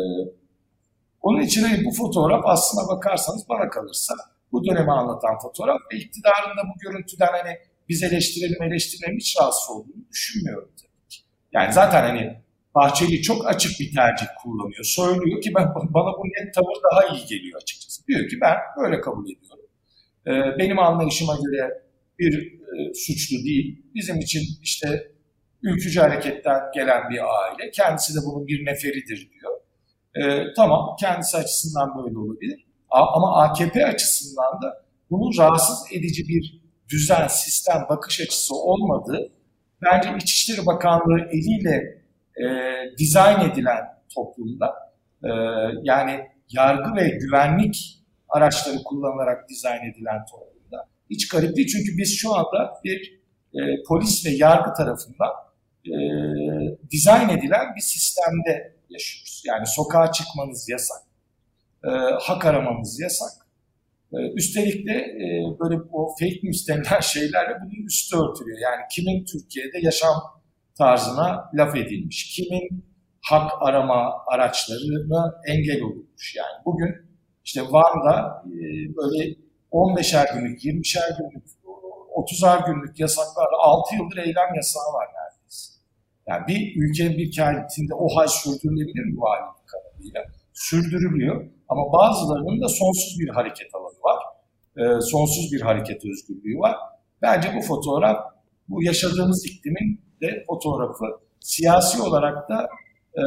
onun için bu fotoğraf aslına bakarsanız bana kalırsa bu dönemi anlatan fotoğraf ve iktidarın da bu görüntüden hani biz eleştirelim eleştirelim hiç rahatsız olduğunu düşünmüyorum tabii ki. Yani zaten hani Bahçeli çok açık bir tercih kullanıyor. Söylüyor ki ben, bana bu net tavır daha iyi geliyor açıkçası. Diyor ki ben böyle kabul ediyorum. Ee, benim anlayışıma göre bir e, suçlu değil. Bizim için işte ülkücü hareketten gelen bir aile. Kendisi de bunun bir neferidir diyor. Ee, tamam kendisi açısından böyle olabilir. A- ama A K P açısından da bunun rahatsız edici bir düzen, sistem, bakış açısı olmadığı bence İçişleri Bakanlığı eliyle E, dizayn edilen toplumda e, yani yargı ve güvenlik araçları kullanılarak dizayn edilen toplumda hiç garip değil. Çünkü biz şu anda bir e, polis ve yargı tarafından e, dizayn edilen bir sistemde yaşıyoruz. Yani sokağa çıkmanız yasak, e, hak aramanız yasak. E, üstelik de e, böyle o fake news denilen şeylerle bunun üstü örtülüyor. Yani kimin Türkiye'de yaşam tarzına laf edilmiş, kimin hak arama araçlarına engel olunmuş. Yani bugün İşte Van'da e, böyle on beşer günlük, yirmişer günlük, otuzar günlük yasaklarla altı yıldır eylem yasağı var neredeyse. Yani bir ülkenin bir kentinde o hal sürdürülebilir mi bu valilik kanalıyla? Sürdürülüyor. Ama bazılarının da sonsuz bir hareket alanı var. E, sonsuz bir hareket özgürlüğü var. Bence bu fotoğraf, bu yaşadığımız iklimin de fotoğrafı. Siyasi olarak da e,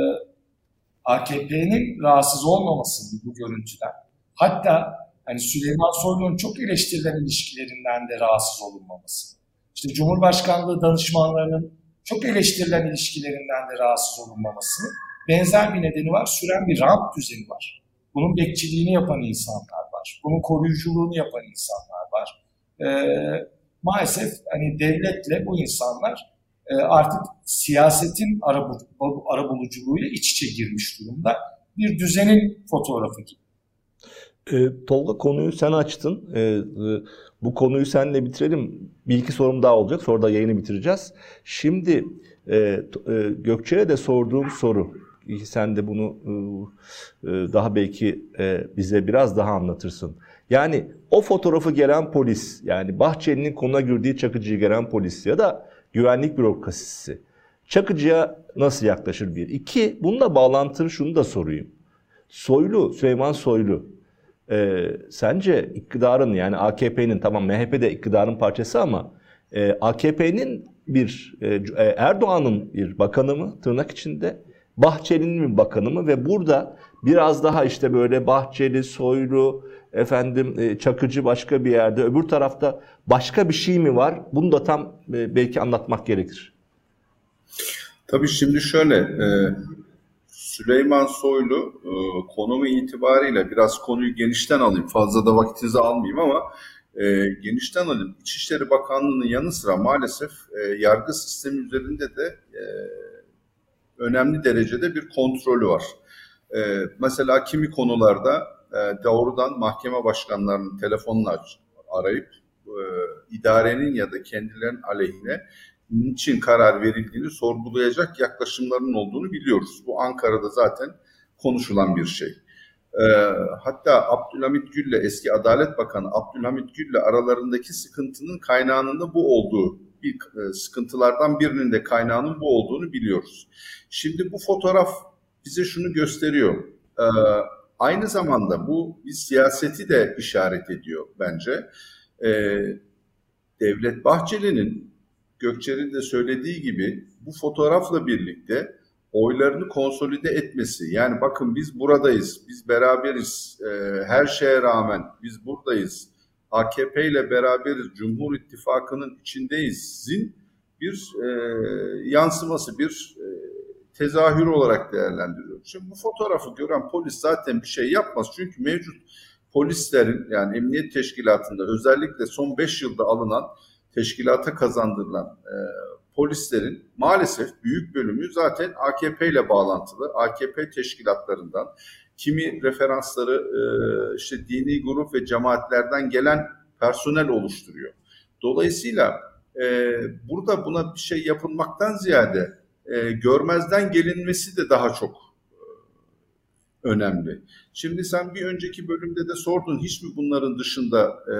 A K P'nin rahatsız olmamasını bu görüntüden, hatta hani Süleyman Soylu'nun çok eleştirilen ilişkilerinden de rahatsız olunmaması, işte Cumhurbaşkanlığı danışmanlarının çok eleştirilen ilişkilerinden de rahatsız olunmamasının benzer bir nedeni var. Süren bir rant düzeni var. Bunun bekçiliğini yapan insanlar var. Bunun koruyuculuğunu yapan insanlar var. Ee, maalesef hani devletle bu insanlar e, artık siyasetin arabuluculuğuyla iç içe girmiş durumda. Bir düzenin fotoğrafı gibi. E, Tolga, konuyu sen açtın. E, e, bu konuyu seninle bitirelim. Bir iki sorum daha olacak. Sonra da yayını bitireceğiz. Şimdi e, e, Gökçe'ye de sorduğum soru. Sen de bunu e, daha belki e, bize biraz daha anlatırsın. Yani o fotoğrafı gelen polis, yani Bahçeli'nin konuna girdiği Çakıcı'yı gelen polis ya da güvenlik bürokrasisi Çakıcı'ya nasıl yaklaşır bir? İki, bununla bağlantılı şunu da sorayım. Soylu, Süleyman Soylu, e, sence iktidarın, yani A K P'nin, tamam M H P de iktidarın parçası ama e, A K P'nin bir, e, Erdoğan'ın bir bakanı mı tırnak içinde, Bahçeli'nin bir bakanı mı ve burada biraz daha işte böyle Bahçeli, Soylu, efendim Çakıcı başka bir yerde, öbür tarafta başka bir şey mi var? Bunu da tam belki anlatmak gerekir. Tabii şimdi şöyle, e, Süleyman Soylu e, konumu itibariyle biraz konuyu genişten alayım, fazla da vaktinizi almayayım ama e, genişten alayım. İçişleri Bakanlığı'nın yanı sıra maalesef e, yargı sistemi üzerinde de e, önemli derecede bir kontrolü var. E, mesela kimi konularda e, doğrudan mahkeme başkanlarının telefonla arayıp e, idarenin ya da kendilerinin aleyhine niçin karar verildiğini sorgulayacak yaklaşımların olduğunu biliyoruz. Bu Ankara'da zaten konuşulan bir şey. E, hatta Abdülhamit Gül'le, eski Adalet Bakanı Abdülhamit Gül'le aralarındaki sıkıntının kaynağının da bu olduğu, bir e, sıkıntılardan birinin de kaynağının bu olduğunu biliyoruz. Şimdi bu fotoğraf bize şunu gösteriyor. E, aynı zamanda bu bir siyaseti de işaret ediyor bence. E, Devlet Bahçeli'nin, Gökçe'nin de söylediği gibi, bu fotoğrafla birlikte oylarını konsolide etmesi. Yani bakın biz buradayız, biz beraberiz, e, her şeye rağmen biz buradayız, A K P ile beraberiz, Cumhur İttifakı'nın içindeyiz'in bir e, yansıması, bir e, tezahürü olarak değerlendiriyoruz. Şimdi bu fotoğrafı gören polis zaten bir şey yapmaz. Çünkü mevcut polislerin, yani emniyet teşkilatında özellikle son beş yılda alınan, teşkilata kazandırılan e, polislerin maalesef büyük bölümü zaten A K P ile bağlantılı. A K P teşkilatlarından, kimi referansları e, işte dini grup ve cemaatlerden gelen personel oluşturuyor. Dolayısıyla e, burada buna bir şey yapılmaktan ziyade e, görmezden gelinmesi de daha çok e, önemli. Şimdi sen bir önceki bölümde de sordun, hiç mi bunların dışında e,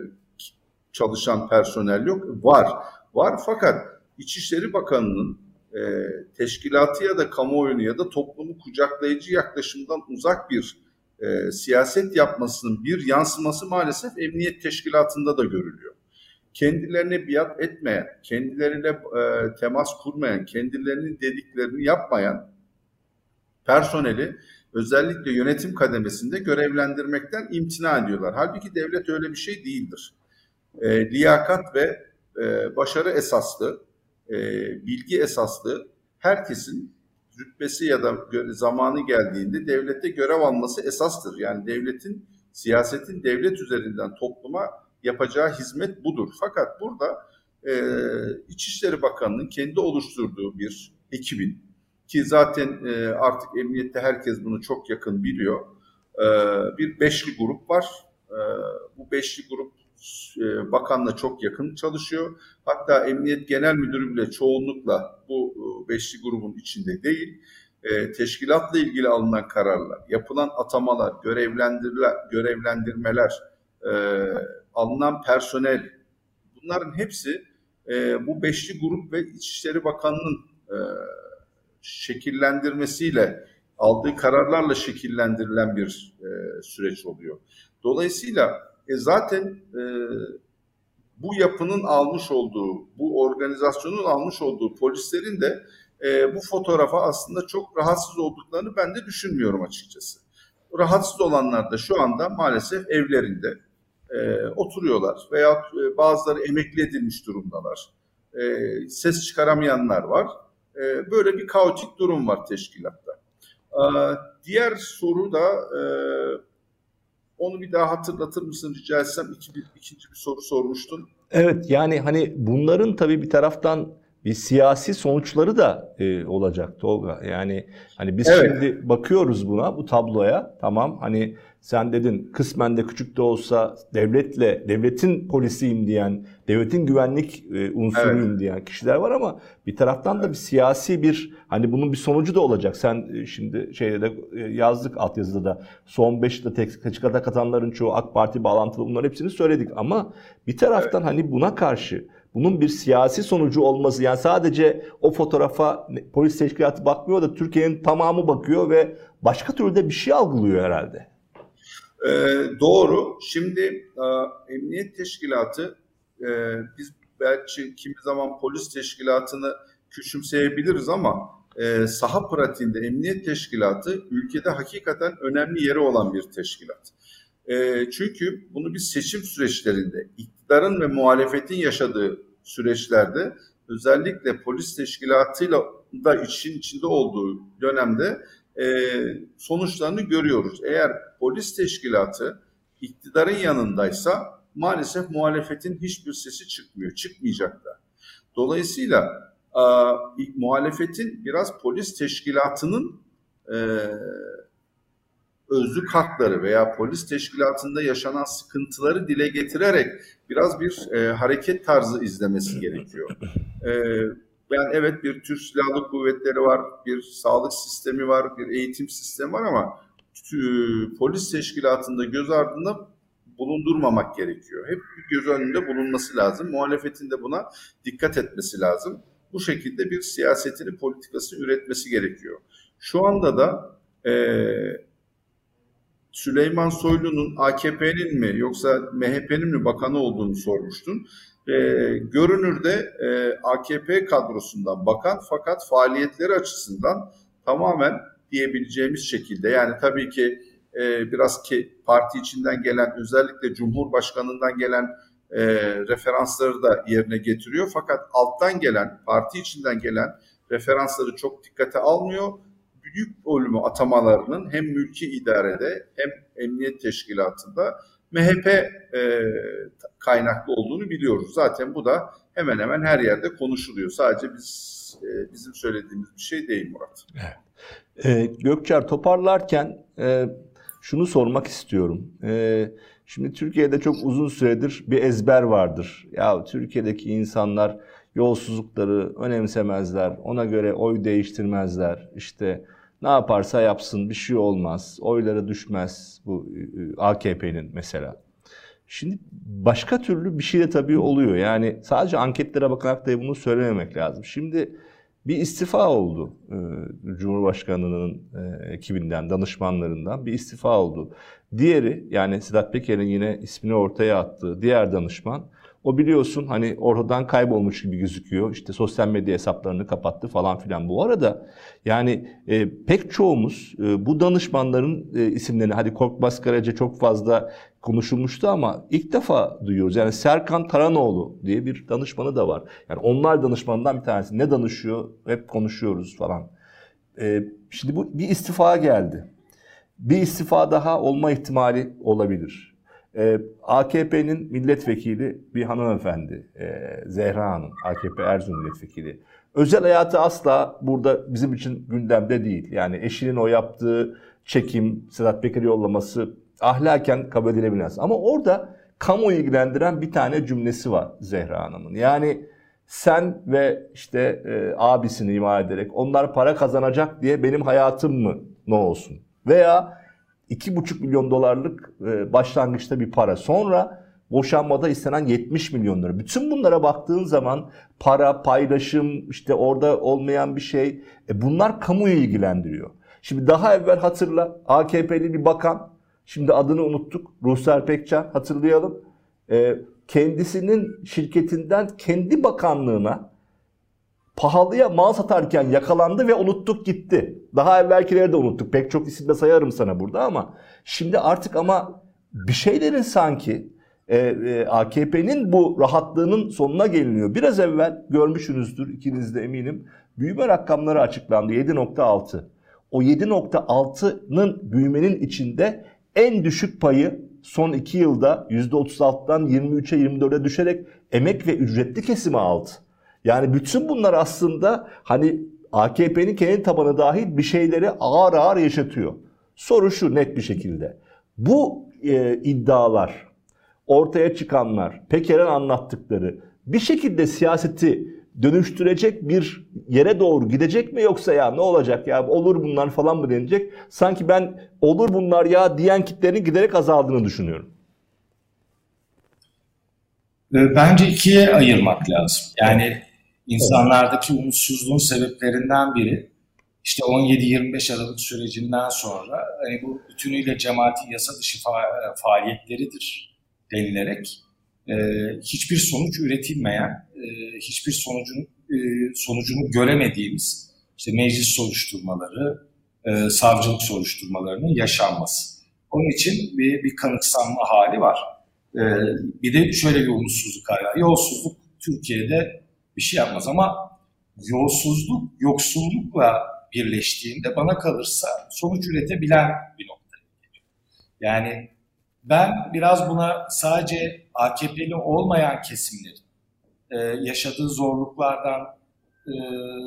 çalışan personel yok? Var. Var fakat İçişleri Bakanı'nın e, teşkilatı ya da kamuoyunu ya da toplumu kucaklayıcı yaklaşımdan uzak bir e, siyaset yapmasının bir yansıması maalesef emniyet teşkilatında da görülüyor. Kendilerine biat etmeyen, kendileriyle e, temas kurmayan, kendilerinin dediklerini yapmayan personeli özellikle yönetim kademesinde görevlendirmekten imtina ediyorlar. Halbuki devlet öyle bir şey değildir. E, liyakat ve e, başarı esaslı, e, bilgi esaslı, herkesin rütbesi ya da zamanı geldiğinde devlette görev alması esastır. Yani devletin, siyasetin devlet üzerinden topluma yapacağı hizmet budur. Fakat burada e, İçişleri Bakanı'nın kendi oluşturduğu bir ekibin, ki zaten e, artık emniyette herkes bunu çok yakın biliyor, e, bir beşli grup var. E, bu beşli grup e, bakanla çok yakın çalışıyor. Hatta Emniyet Genel Müdürü bile çoğunlukla bu e, beşli grubun içinde değil. e, teşkilatla ilgili alınan kararlar, yapılan atamalar, görevlendirmeler, görevlendirmeler, e, alınan personel, bunların hepsi e, bu beşli grup ve İçişleri Bakanı'nın e, şekillendirmesiyle, aldığı kararlarla şekillendirilen bir e, süreç oluyor. Dolayısıyla e, zaten e, bu yapının almış olduğu, bu organizasyonun almış olduğu polislerin de e, bu fotoğrafa aslında çok rahatsız olduklarını ben de düşünmüyorum açıkçası. Rahatsız olanlar da şu anda maalesef evlerinde e, oturuyorlar veya e, bazıları emekli edilmiş durumdalar. E, ses çıkaramayanlar var. E, böyle bir kaotik durum var teşkilatta. E, diğer soru da e, onu bir daha hatırlatır mısın rica etsem? İki, bir, ikinci bir soru sormuştun. Evet, yani hani bunların tabii bir taraftan bir siyasi sonuçları da e, olacak Tolga. Yani hani biz Evet. şimdi bakıyoruz buna, bu tabloya. Tamam, hani sen dedin kısmen de küçük de olsa devletle, devletin polisiyim diyen, devletin güvenlik e, unsuruyum Evet. diyen kişiler var ama bir taraftan da bir siyasi bir, hani bunun bir sonucu da olacak. Sen e, şimdi şeyde de e, yazdık altyazıda da, son beş yılda teşkilata katanların çoğu AK Parti bağlantılı, bunların hepsini söyledik ama bir taraftan Evet. hani buna karşı bunun bir siyasi sonucu olması, yani sadece o fotoğrafa polis teşkilatı bakmıyor da Türkiye'nin tamamı bakıyor ve başka türlü de bir şey algılıyor herhalde. Ee, doğru. Şimdi e, Emniyet Teşkilatı, e, biz belki kimi zaman polis teşkilatını küçümseyebiliriz ama e, saha pratiğinde Emniyet Teşkilatı ülkede hakikaten önemli yeri olan bir teşkilat. E, çünkü bunu biz seçim süreçlerinde, iktidarın ve muhalefetin yaşadığı süreçlerde, özellikle polis teşkilatıyla da işin içinde olduğu dönemde e, sonuçlarını görüyoruz. Eğer polis teşkilatı iktidarın yanındaysa maalesef muhalefetin hiçbir sesi çıkmıyor, çıkmayacak da. Dolayısıyla e, muhalefetin biraz polis teşkilatının e, özlük hakları veya polis teşkilatında yaşanan sıkıntıları dile getirerek biraz bir e, hareket tarzı izlemesi gerekiyor. E, yani evet, bir Türk Silahlı Kuvvetleri var, bir sağlık sistemi var, bir eğitim sistemi var ama e, polis teşkilatında göz ardında bulundurmamak gerekiyor. Hep göz önünde bulunması lazım. Muhalefetin de buna dikkat etmesi lazım. Bu şekilde bir siyasetini, politikasını üretmesi gerekiyor. Şu anda da e, Süleyman Soylu'nun A K P'nin mi yoksa M H P'nin mi bakanı olduğunu sormuştun. E, görünürde e, A K P kadrosundan bakan, fakat faaliyetleri açısından tamamen diyebileceğimiz şekilde, yani tabii ki e, biraz ki parti içinden gelen, özellikle Cumhurbaşkanı'ndan gelen e, referansları da yerine getiriyor. Fakat alttan gelen, parti içinden gelen referansları çok dikkate almıyor. Büyük bölümü atamalarının hem mülki idarede hem emniyet teşkilatında M H P e, kaynaklı olduğunu biliyoruz. Zaten bu da hemen hemen her yerde konuşuluyor. Sadece biz e, bizim söylediğimiz bir şey değil Murat. Evet. Ee, Gökçer, toparlarken e, şunu sormak istiyorum. E, şimdi Türkiye'de çok uzun süredir bir ezber vardır. Ya Türkiye'deki insanlar yolsuzlukları önemsemezler, ona göre oy değiştirmezler. İşte ne yaparsa yapsın bir şey olmaz, oylara düşmez bu A K P'nin mesela. Şimdi başka türlü bir şey de tabii oluyor. Yani sadece anketlere bakarak da bunu söylememek lazım. Şimdi bir istifa oldu. Cumhurbaşkanı'nın ekibinden, danışmanlarından bir istifa oldu. Diğeri, yani Sedat Peker'in yine ismini ortaya attığı diğer danışman, o biliyorsun hani ortadan kaybolmuş gibi gözüküyor. İşte sosyal medya hesaplarını kapattı falan filan. Bu arada yani e, pek çoğumuz e, bu danışmanların e, isimlerini, hadi Korkmaz Karaca çok fazla konuşulmuştu ama ilk defa duyuyoruz. Yani Serkan Taranoğlu diye bir danışmanı da var. Yani onlar danışmanından bir tanesi. Ne danışıyor? Hep konuşuyoruz falan. E, şimdi bu bir istifa geldi. Bir istifa daha olma ihtimali olabilir. Ee, A K P'nin milletvekili bir hanımefendi, e, Zehra Hanım, A K P Erzurum milletvekili. Özel hayatı asla burada bizim için gündemde değil. Yani eşinin o yaptığı çekim, Sedat Peker'i yollaması ahlaken kabul edilebilmez. Ama orada kamu ilgilendiren bir tane cümlesi var Zehra Hanım'ın. Yani Sen ve işte e, abisini ima ederek onlar para kazanacak diye benim hayatım mı ne olsun? Veya iki buçuk milyon dolarlık e, başlangıçta bir para. Sonra boşanmada istenen yetmiş milyon lira. Bütün bunlara baktığın zaman para, paylaşım, işte orada olmayan bir şey. E bunlar kamuyu ilgilendiriyor. Şimdi daha evvel hatırla, A K P'li bir bakan, şimdi adını unuttuk, Ruhsar Pekcan, hatırlayalım. E, kendisinin şirketinden kendi bakanlığına pahalıya mal satarken yakalandı ve unuttuk gitti. Daha evvelkileri de unuttuk. Pek çok isim de sayarım sana burada ama şimdi artık ama bir şeylerin sanki e, e, A K P'nin bu rahatlığının sonuna geliniyor. Biraz evvel görmüşsünüzdür ikiniz de eminim. Büyüme rakamları açıklandı yedi nokta altı. O yedi nokta altının büyümenin içinde en düşük payı son iki yılda yüzde otuz altıdan yirmi üçe yirmi dörde düşerek emek ve ücretli kesime aldı. Yani bütün bunlar aslında hani A K P'nin kendi tabanı dahil bir şeyleri ağır ağır yaşatıyor. Soru şu net bir şekilde. Bu e, iddialar, ortaya çıkanlar, Peker'in anlattıkları bir şekilde siyaseti dönüştürecek bir yere doğru gidecek mi, yoksa ya ne olacak ya olur bunlar falan mı denecek? Sanki ben olur bunlar ya diyen kitlerin giderek azaldığını düşünüyorum. Bence ikiye ayırmak lazım. Yani insanlardaki umutsuzluğun sebeplerinden biri işte on yedi yirmi beş Aralık sürecinden sonra hani bu bütünüyle cemaatin yasa dışı fa- faaliyetleridir denilerek e, hiçbir sonuç üretilmeyen, e, hiçbir sonucun e, sonucunu göremediğimiz işte meclis soruşturmaları, e, savcılık soruşturmalarının yaşanması. Onun için bir, bir kanıksanma hali var. E, bir de şöyle bir umutsuzluk hali var. Yolsuzluk Türkiye'de bir şey yapmaz ama yolsuzluk yoksullukla birleştiğinde bana kalırsa sonuç üretebilen bir nokta. Yani ben biraz buna sadece A K P'li olmayan kesimlerin e, yaşadığı zorluklardan e,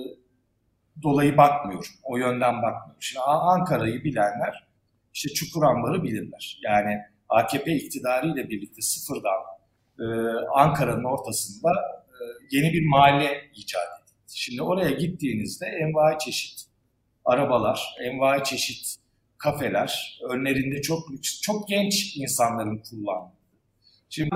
dolayı bakmıyorum. O yönden bakmıyorum. Şimdi Ankara'yı bilenler işte Çukurambar'ı bilirler. Yani A K P iktidarıyla birlikte sıfırdan e, Ankara'nın ortasında e, yeni bir mahalle icat edildi. Şimdi oraya gittiğinizde envai çeşit arabalar, envai çeşit kafeler, önlerinde çok lüks, çok genç insanların kullandığı. Şimdi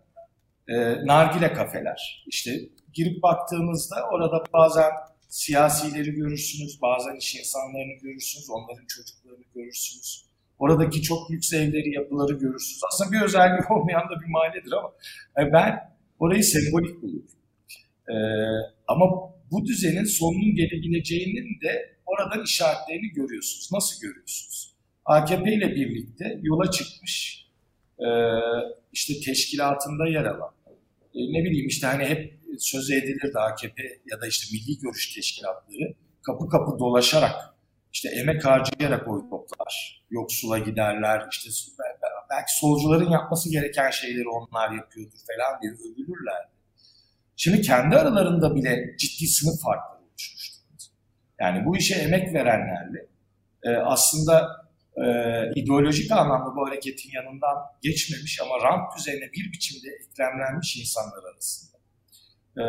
e, nargile kafeler. İşte girip baktığınızda orada bazen siyasileri görürsünüz, bazen iş insanlarını görürsünüz, onların çocuklarını görürsünüz. Oradaki çok lüks evleri, yapıları görürsünüz. Aslında bir özelliği olmayan da bir mahalledir ama yani ben orayı sembolik buluyorum. Ee, ama bu düzenin sonunun gelebileceğinin de oradan işaretlerini görüyorsunuz. Nasıl görüyorsunuz? A K P ile birlikte yola çıkmış, e, işte teşkilatında yer alan, e, ne bileyim işte hani hep söz edilirdi A K P ya da işte milli görüş teşkilatları kapı kapı dolaşarak, işte emek harcayarak oy toplar, yoksula giderler, işte belki solcuların yapması gereken şeyleri onlar yapıyordur falan diye övülürlerdi. Şimdi kendi aralarında bile ciddi sınıf farkları oluşmuştu. Yani bu işe emek verenlerle e, aslında e, ideolojik anlamda bu hareketin yanından geçmemiş ama rant düzenine bir biçimde eklemlenmiş insanlar arasında e,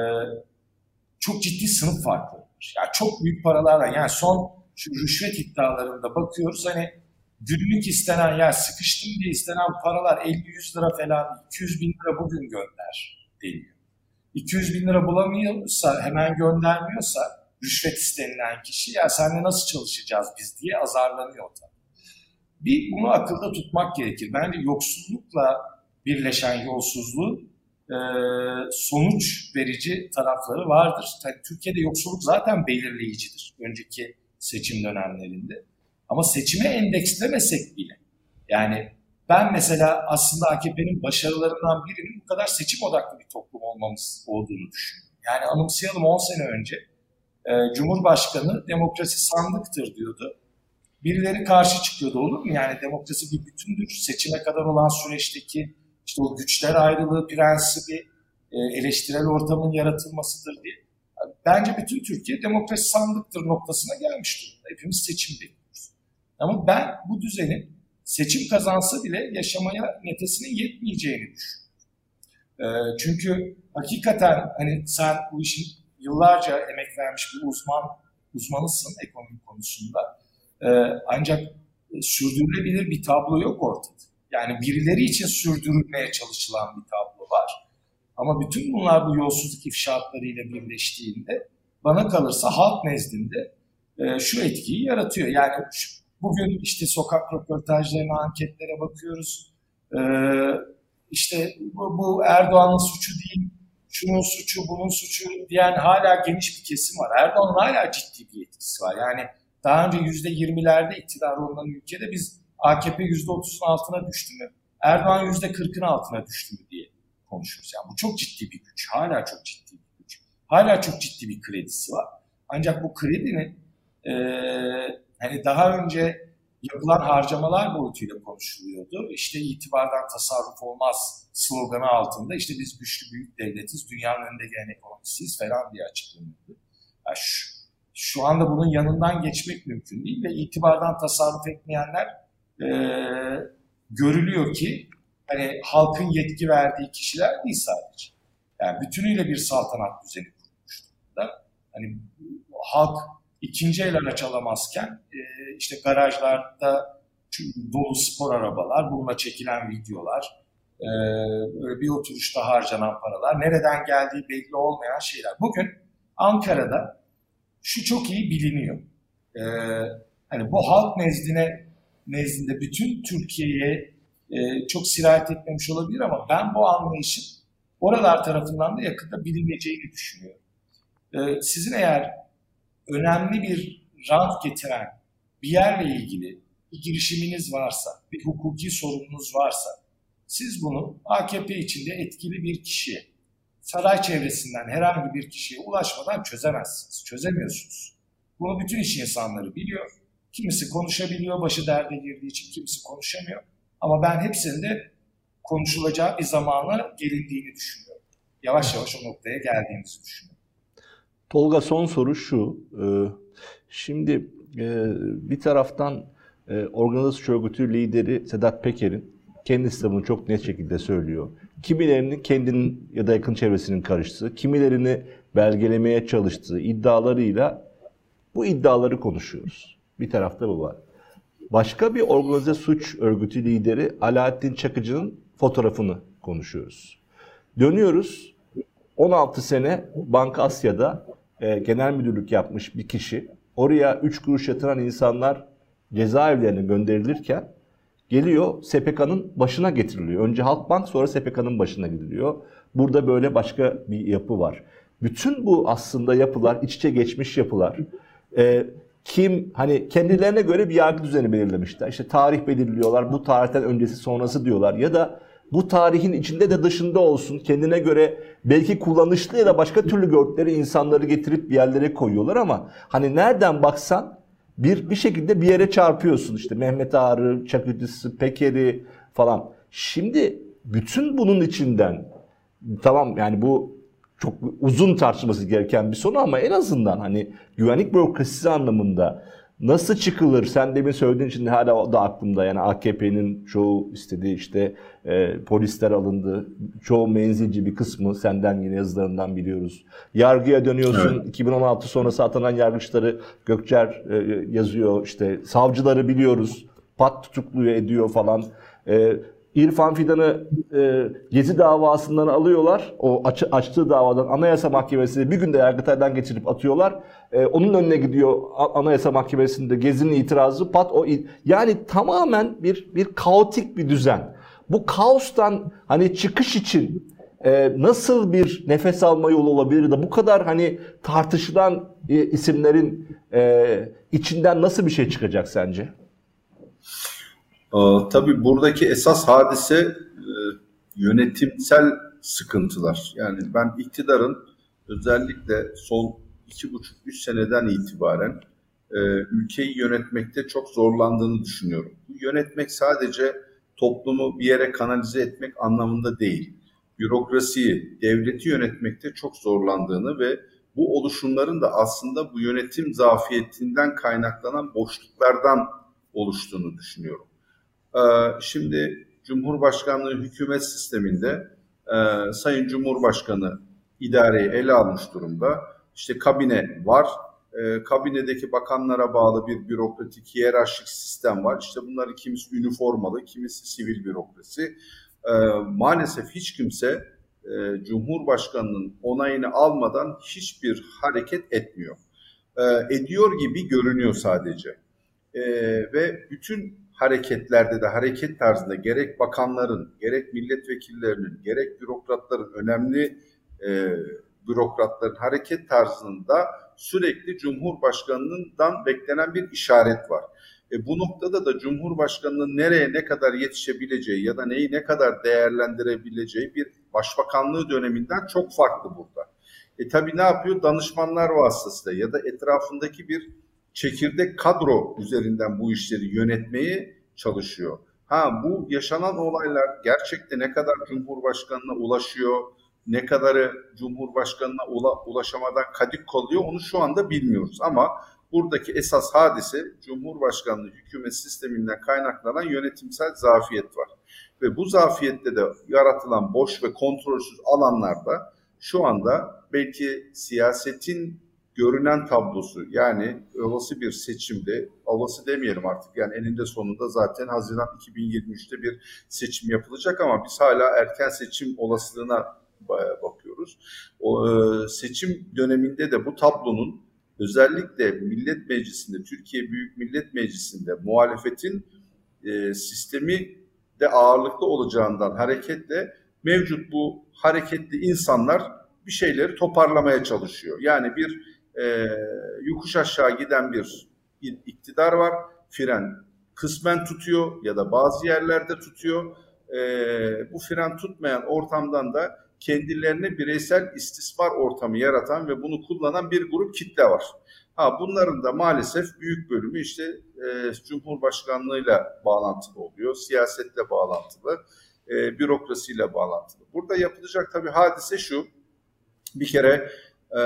çok ciddi sınıf farkları var. Yani çok büyük paralarla, yani son şu rüşvet iddialarında bakıyoruz, hani günlük istenen, yani sıkıştım diye istenen paralar elli yüz lira falan, iki yüz bin lira bugün gönder deniyor. iki yüz bin lira bulamıyorsa, hemen göndermiyorsa rüşvet istenilen kişi, ya seninle nasıl çalışacağız biz diye azarlanıyor tabii. Bir bunu akılda tutmak gerekir. Bence yoksullukla birleşen yolsuzluğun e, sonuç verici tarafları vardır. Tabii Türkiye'de yoksulluk zaten belirleyicidir önceki seçim dönemlerinde. Ama seçime endekslemesek bile, yani ben mesela aslında A K P'nin başarılarından birinin bu kadar seçim odaklı bir toplum olmamız olduğunu düşünüyorum. Yani anımsayalım, on sene önce e, Cumhurbaşkanı demokrasi sandıktır diyordu. Birileri karşı çıkıyordu, olur mu? Yani demokrasi bir bütündür. Seçime kadar olan süreçteki işte o güçler ayrılığı prensibi, e, eleştirel ortamın yaratılmasıdır diye. Yani bence bütün Türkiye demokrasi sandıktır noktasına gelmiş durumda. Hepimiz seçim bekliyoruz. Ama ben bu düzenin seçim kazansa bile yaşamaya, nefesine yetmeyeceğini düşünüyorum. E, çünkü hakikaten hani sen bu işin yıllarca emek vermiş bir uzman uzmanısın ekonomi konusunda. E, ancak sürdürülebilir bir tablo yok ortada. Yani birileri için sürdürülmeye çalışılan bir tablo var. Ama bütün bunlar bu yolsuzluk ifşaatlarıyla birleştiğinde bana kalırsa halk nezdinde e, şu etkiyi yaratıyor. Yani şu, bugün işte sokak röportajlarına, anketlere bakıyoruz. E, işte bu, bu Erdoğan'ın suçu değil, şunun suçu, bunun suçu diyen hala geniş bir kesim var. Erdoğan'ın hala ciddi bir etkisi var. Yani daha önce yüzde yirmilerde iktidar olunan ülkede biz A K P yüzde otuzun altına düştü mü, Erdoğan yüzde kırkın altına düştü mü diye konuşuyoruz. Yani bu çok ciddi bir güç. Hala çok ciddi bir güç. Hala çok ciddi bir kredisi var. Ancak bu kredinin e, hani daha önce yapılan harcamalar boyutuyla konuşuluyordu. İşte itibardan tasarruf olmaz sloganı altında işte biz güçlü büyük devletiz, dünyanın önde gelen ekonomisiyiz falan diye açıklanıyordu. Yani şu, şu anda bunun yanından geçmek mümkün değil ve itibardan tasarruf etmeyenler e, görülüyor ki hani halkın yetki verdiği kişiler değil sadece. Yani bütünüyle bir saltanat düzeni kurmuş durumda. Hani halk ikinci el araç alamazken e, işte garajlarda dolu spor arabalar, bununla çekilen videolar, e, böyle bir oturuşta harcanan paralar, nereden geldiği belli olmayan şeyler. Bugün Ankara'da şu çok iyi biliniyor. E, hani bu halk nezdine nezdinde bütün Türkiye'ye e, çok sirayet etmemiş olabilir ama ben bu anlayışın oralar tarafından da yakında bilineceğini düşünüyorum. E, sizin eğer önemli bir rant getiren bir yerle ilgili bir girişiminiz varsa, bir hukuki sorununuz varsa, siz bunu A K P içinde etkili bir kişiye, saray çevresinden herhangi bir kişiye ulaşmadan çözemezsiniz, çözemiyorsunuz. Bunu bütün iş insanları biliyor. Kimisi konuşabiliyor, başı derde girdiği için kimisi konuşamıyor. Ama ben hepsinde konuşulacağı bir zamana gelindiğini düşünüyorum. Yavaş yavaş o noktaya geldiğimizi düşünüyorum. Tolga, son soru şu. Şimdi bir taraftan organize suç örgütü lideri Sedat Peker'in kendisi de bunu çok net şekilde söylüyor. Kimilerini kendinin ya da yakın çevresinin karıştığı, kimilerini belgelemeye çalıştığı iddialarıyla bu iddiaları konuşuyoruz. Bir tarafta bu var. Başka bir organize suç örgütü lideri Alaaddin Çakıcı'nın fotoğrafını konuşuyoruz. Dönüyoruz. on altı sene Banka Asya'da e, genel müdürlük yapmış bir kişi. Oraya üç kuruş yatıran insanlar cezaevlerine gönderilirken geliyor S P K'nın başına getiriliyor. Önce Halkbank, sonra S P K'nın başına gidiliyor. Burada böyle başka bir yapı var. Bütün bu aslında yapılar, iç içe geçmiş yapılar. E, kim hani kendilerine göre bir yargı düzeni belirlemişler. İşte tarih belirliyorlar. Bu tarihten öncesi sonrası diyorlar. Ya da bu tarihin içinde de dışında olsun. Kendine göre belki kullanışlı ya da başka türlü gördükleri insanları getirip bir yerlere koyuyorlar ama hani nereden baksan bir bir şekilde bir yere çarpıyorsun. İşte Mehmet Ağar'ı, Çakıcı'sı, Peker'i falan. Şimdi bütün bunun içinden tamam yani bu çok uzun tartışması gereken bir konu ama en azından hani güvenlik bürokrasisi anlamında nasıl çıkılır? Sen demin söylediğin için hala o da aklımda. Yani A K P'nin çoğu istediği işte e, polisler alındı. Çoğu menzilci bir kısmı senden yine yazılarından biliyoruz. Yargıya dönüyorsun. Evet. iki bin on altı sonrası atanan yargıçları Gökçer e, yazıyor. İşte savcıları biliyoruz. Pat tutukluyor ediyor falan. E, İrfan Fidan'ı e, Gezi davasından alıyorlar. O aç, açtığı davadan Anayasa Mahkemesi'ne bir günde Yargıtay'dan geçirip atıyorlar. E, onun önüne gidiyor Anayasa Mahkemesi'nde Gezi'nin itirazı pat o yani tamamen bir bir kaotik bir düzen. Bu kaostan hani çıkış için e, nasıl bir nefes alma yolu olabilir de bu kadar hani tartışılan e, isimlerin e, içinden nasıl bir şey çıkacak sence? Ee, tabii buradaki esas hadise e, yönetimsel sıkıntılar. Yani ben iktidarın özellikle son iki buçuk üç seneden itibaren e, ülkeyi yönetmekte çok zorlandığını düşünüyorum. Bu yönetmek sadece toplumu bir yere kanalize etmek anlamında değil. Bürokrasiyi, devleti yönetmekte çok zorlandığını ve bu oluşumların da aslında bu yönetim zafiyetinden kaynaklanan boşluklardan oluştuğunu düşünüyorum. Şimdi Cumhurbaşkanlığı hükümet sisteminde Ee, Sayın Cumhurbaşkanı idareyi ele almış durumda. İşte kabine var. Ee, kabinedeki bakanlara bağlı bir bürokratik, hiyerarşik sistem var. İşte bunların kimisi üniformalı, kimisi sivil bürokrasi. Ee, maalesef hiç kimse e, Cumhurbaşkanı'nın onayını almadan hiçbir hareket etmiyor. Ee, ediyor gibi görünüyor sadece. Ee, ve bütün hareketlerde de hareket tarzında gerek bakanların, gerek milletvekillerinin, gerek bürokratların, önemli e, bürokratların hareket tarzında sürekli Cumhurbaşkanı'ndan beklenen bir işaret var. E, bu noktada da Cumhurbaşkanı'nın nereye ne kadar yetişebileceği ya da neyi ne kadar değerlendirebileceği bir başbakanlığı döneminden çok farklı burada. E tabii ne yapıyor? Danışmanlar vasıtasıyla ya da etrafındaki bir çekirdek kadro üzerinden bu işleri yönetmeye çalışıyor. Ha, bu yaşanan olaylar gerçekten ne kadar Cumhurbaşkanı'na ulaşıyor, ne kadarı Cumhurbaşkanı'na ula, ulaşamadan kadik kalıyor onu şu anda bilmiyoruz. Ama buradaki esas hadise Cumhurbaşkanlığı hükümet sisteminden kaynaklanan yönetimsel zafiyet var. Ve bu zafiyette de yaratılan boş ve kontrolsüz alanlarda şu anda belki siyasetin görünen tablosu, yani olası bir seçimde, olası demeyelim artık, yani eninde sonunda zaten Haziran iki bin yirmi üçte bir seçim yapılacak ama biz hala erken seçim olasılığına bakıyoruz. O seçim döneminde de bu tablonun özellikle Millet Meclisi'nde, Türkiye Büyük Millet Meclisi'nde muhalefetin e, sistemi de ağırlıklı olacağından hareketle mevcut bu hareketli insanlar bir şeyleri toparlamaya çalışıyor. Yani bir e, yokuş aşağı giden bir, bir iktidar var. Fren kısmen tutuyor ya da bazı yerlerde tutuyor. E, bu fren tutmayan ortamdan da kendilerine bireysel istismar ortamı yaratan ve bunu kullanan bir grup kitle var. Ha, bunların da maalesef büyük bölümü işte e, Cumhurbaşkanlığıyla bağlantılı oluyor, siyasetle bağlantılı, e, bürokrasiyle bağlantılı. Burada yapılacak tabii hadise şu, bir kere e,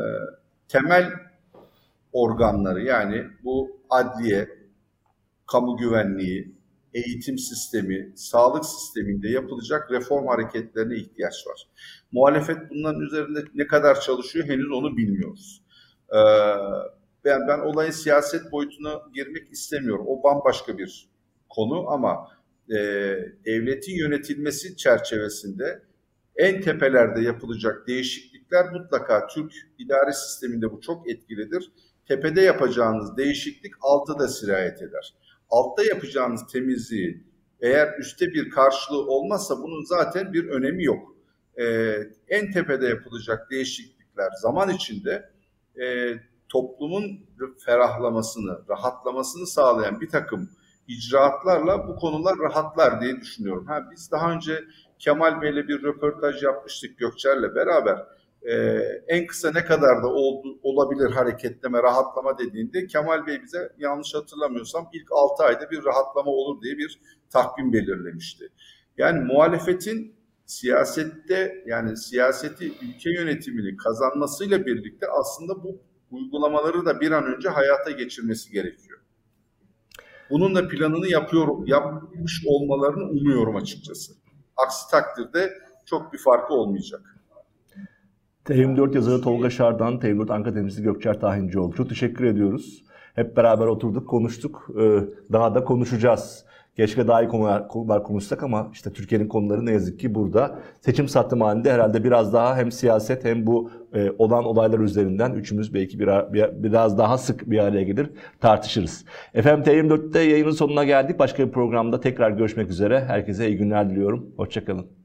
temel organları, yani bu adliye, kamu güvenliği, eğitim sistemi, sağlık sisteminde yapılacak reform hareketlerine ihtiyaç var. Muhalefet bunların üzerinde ne kadar çalışıyor henüz onu bilmiyoruz. Ee, ben, ben olayın siyaset boyutuna girmek istemiyorum. O bambaşka bir konu ama e, devletin yönetilmesi çerçevesinde en tepelerde yapılacak değişiklikler mutlaka Türk idare sisteminde bu çok etkilidir. Tepede yapacağınız değişiklik altta da sirayet eder. Altta yapacağınız temizliği eğer üstte bir karşılığı olmazsa bunun zaten bir önemi yok. Ee, en tepede yapılacak değişiklikler zaman içinde e, toplumun ferahlamasını, rahatlamasını sağlayan bir takım icraatlarla bu konular rahatlar diye düşünüyorum. Ha, biz daha önce Kemal Bey'le bir röportaj yapmıştık Gökçer'le beraber. Ee, en kısa ne kadar da oldu, olabilir hareketleme, rahatlama dediğinde Kemal Bey bize, yanlış hatırlamıyorsam, ilk altı ayda bir rahatlama olur diye bir takvim belirlemişti. Yani muhalefetin siyasette, yani siyaseti, ülke yönetimini kazanmasıyla birlikte aslında bu uygulamaları da bir an önce hayata geçirmesi gerekiyor. Bunun da planını yapıyor, yapmış olmalarını umuyorum açıkçası. Aksi takdirde çok bir farkı olmayacak. T yirmi dört yazarı Tolga Şardan, T yirmi dört Ankara temsilcisi Gökçer Tahincioğlu. Çok teşekkür ediyoruz. Hep beraber oturduk, konuştuk. Daha da konuşacağız. Keşke daha iyi konular, konular konuşsak ama işte Türkiye'nin konuları ne yazık ki burada. Seçim sattım halinde herhalde biraz daha hem siyaset hem bu e, olan olaylar üzerinden üçümüz belki bir, bir, biraz daha sık bir araya gelir, tartışırız. Efendim T yirmi dörtte yayının sonuna geldik. Başka bir programda tekrar görüşmek üzere. Herkese iyi günler diliyorum. Hoşça kalın.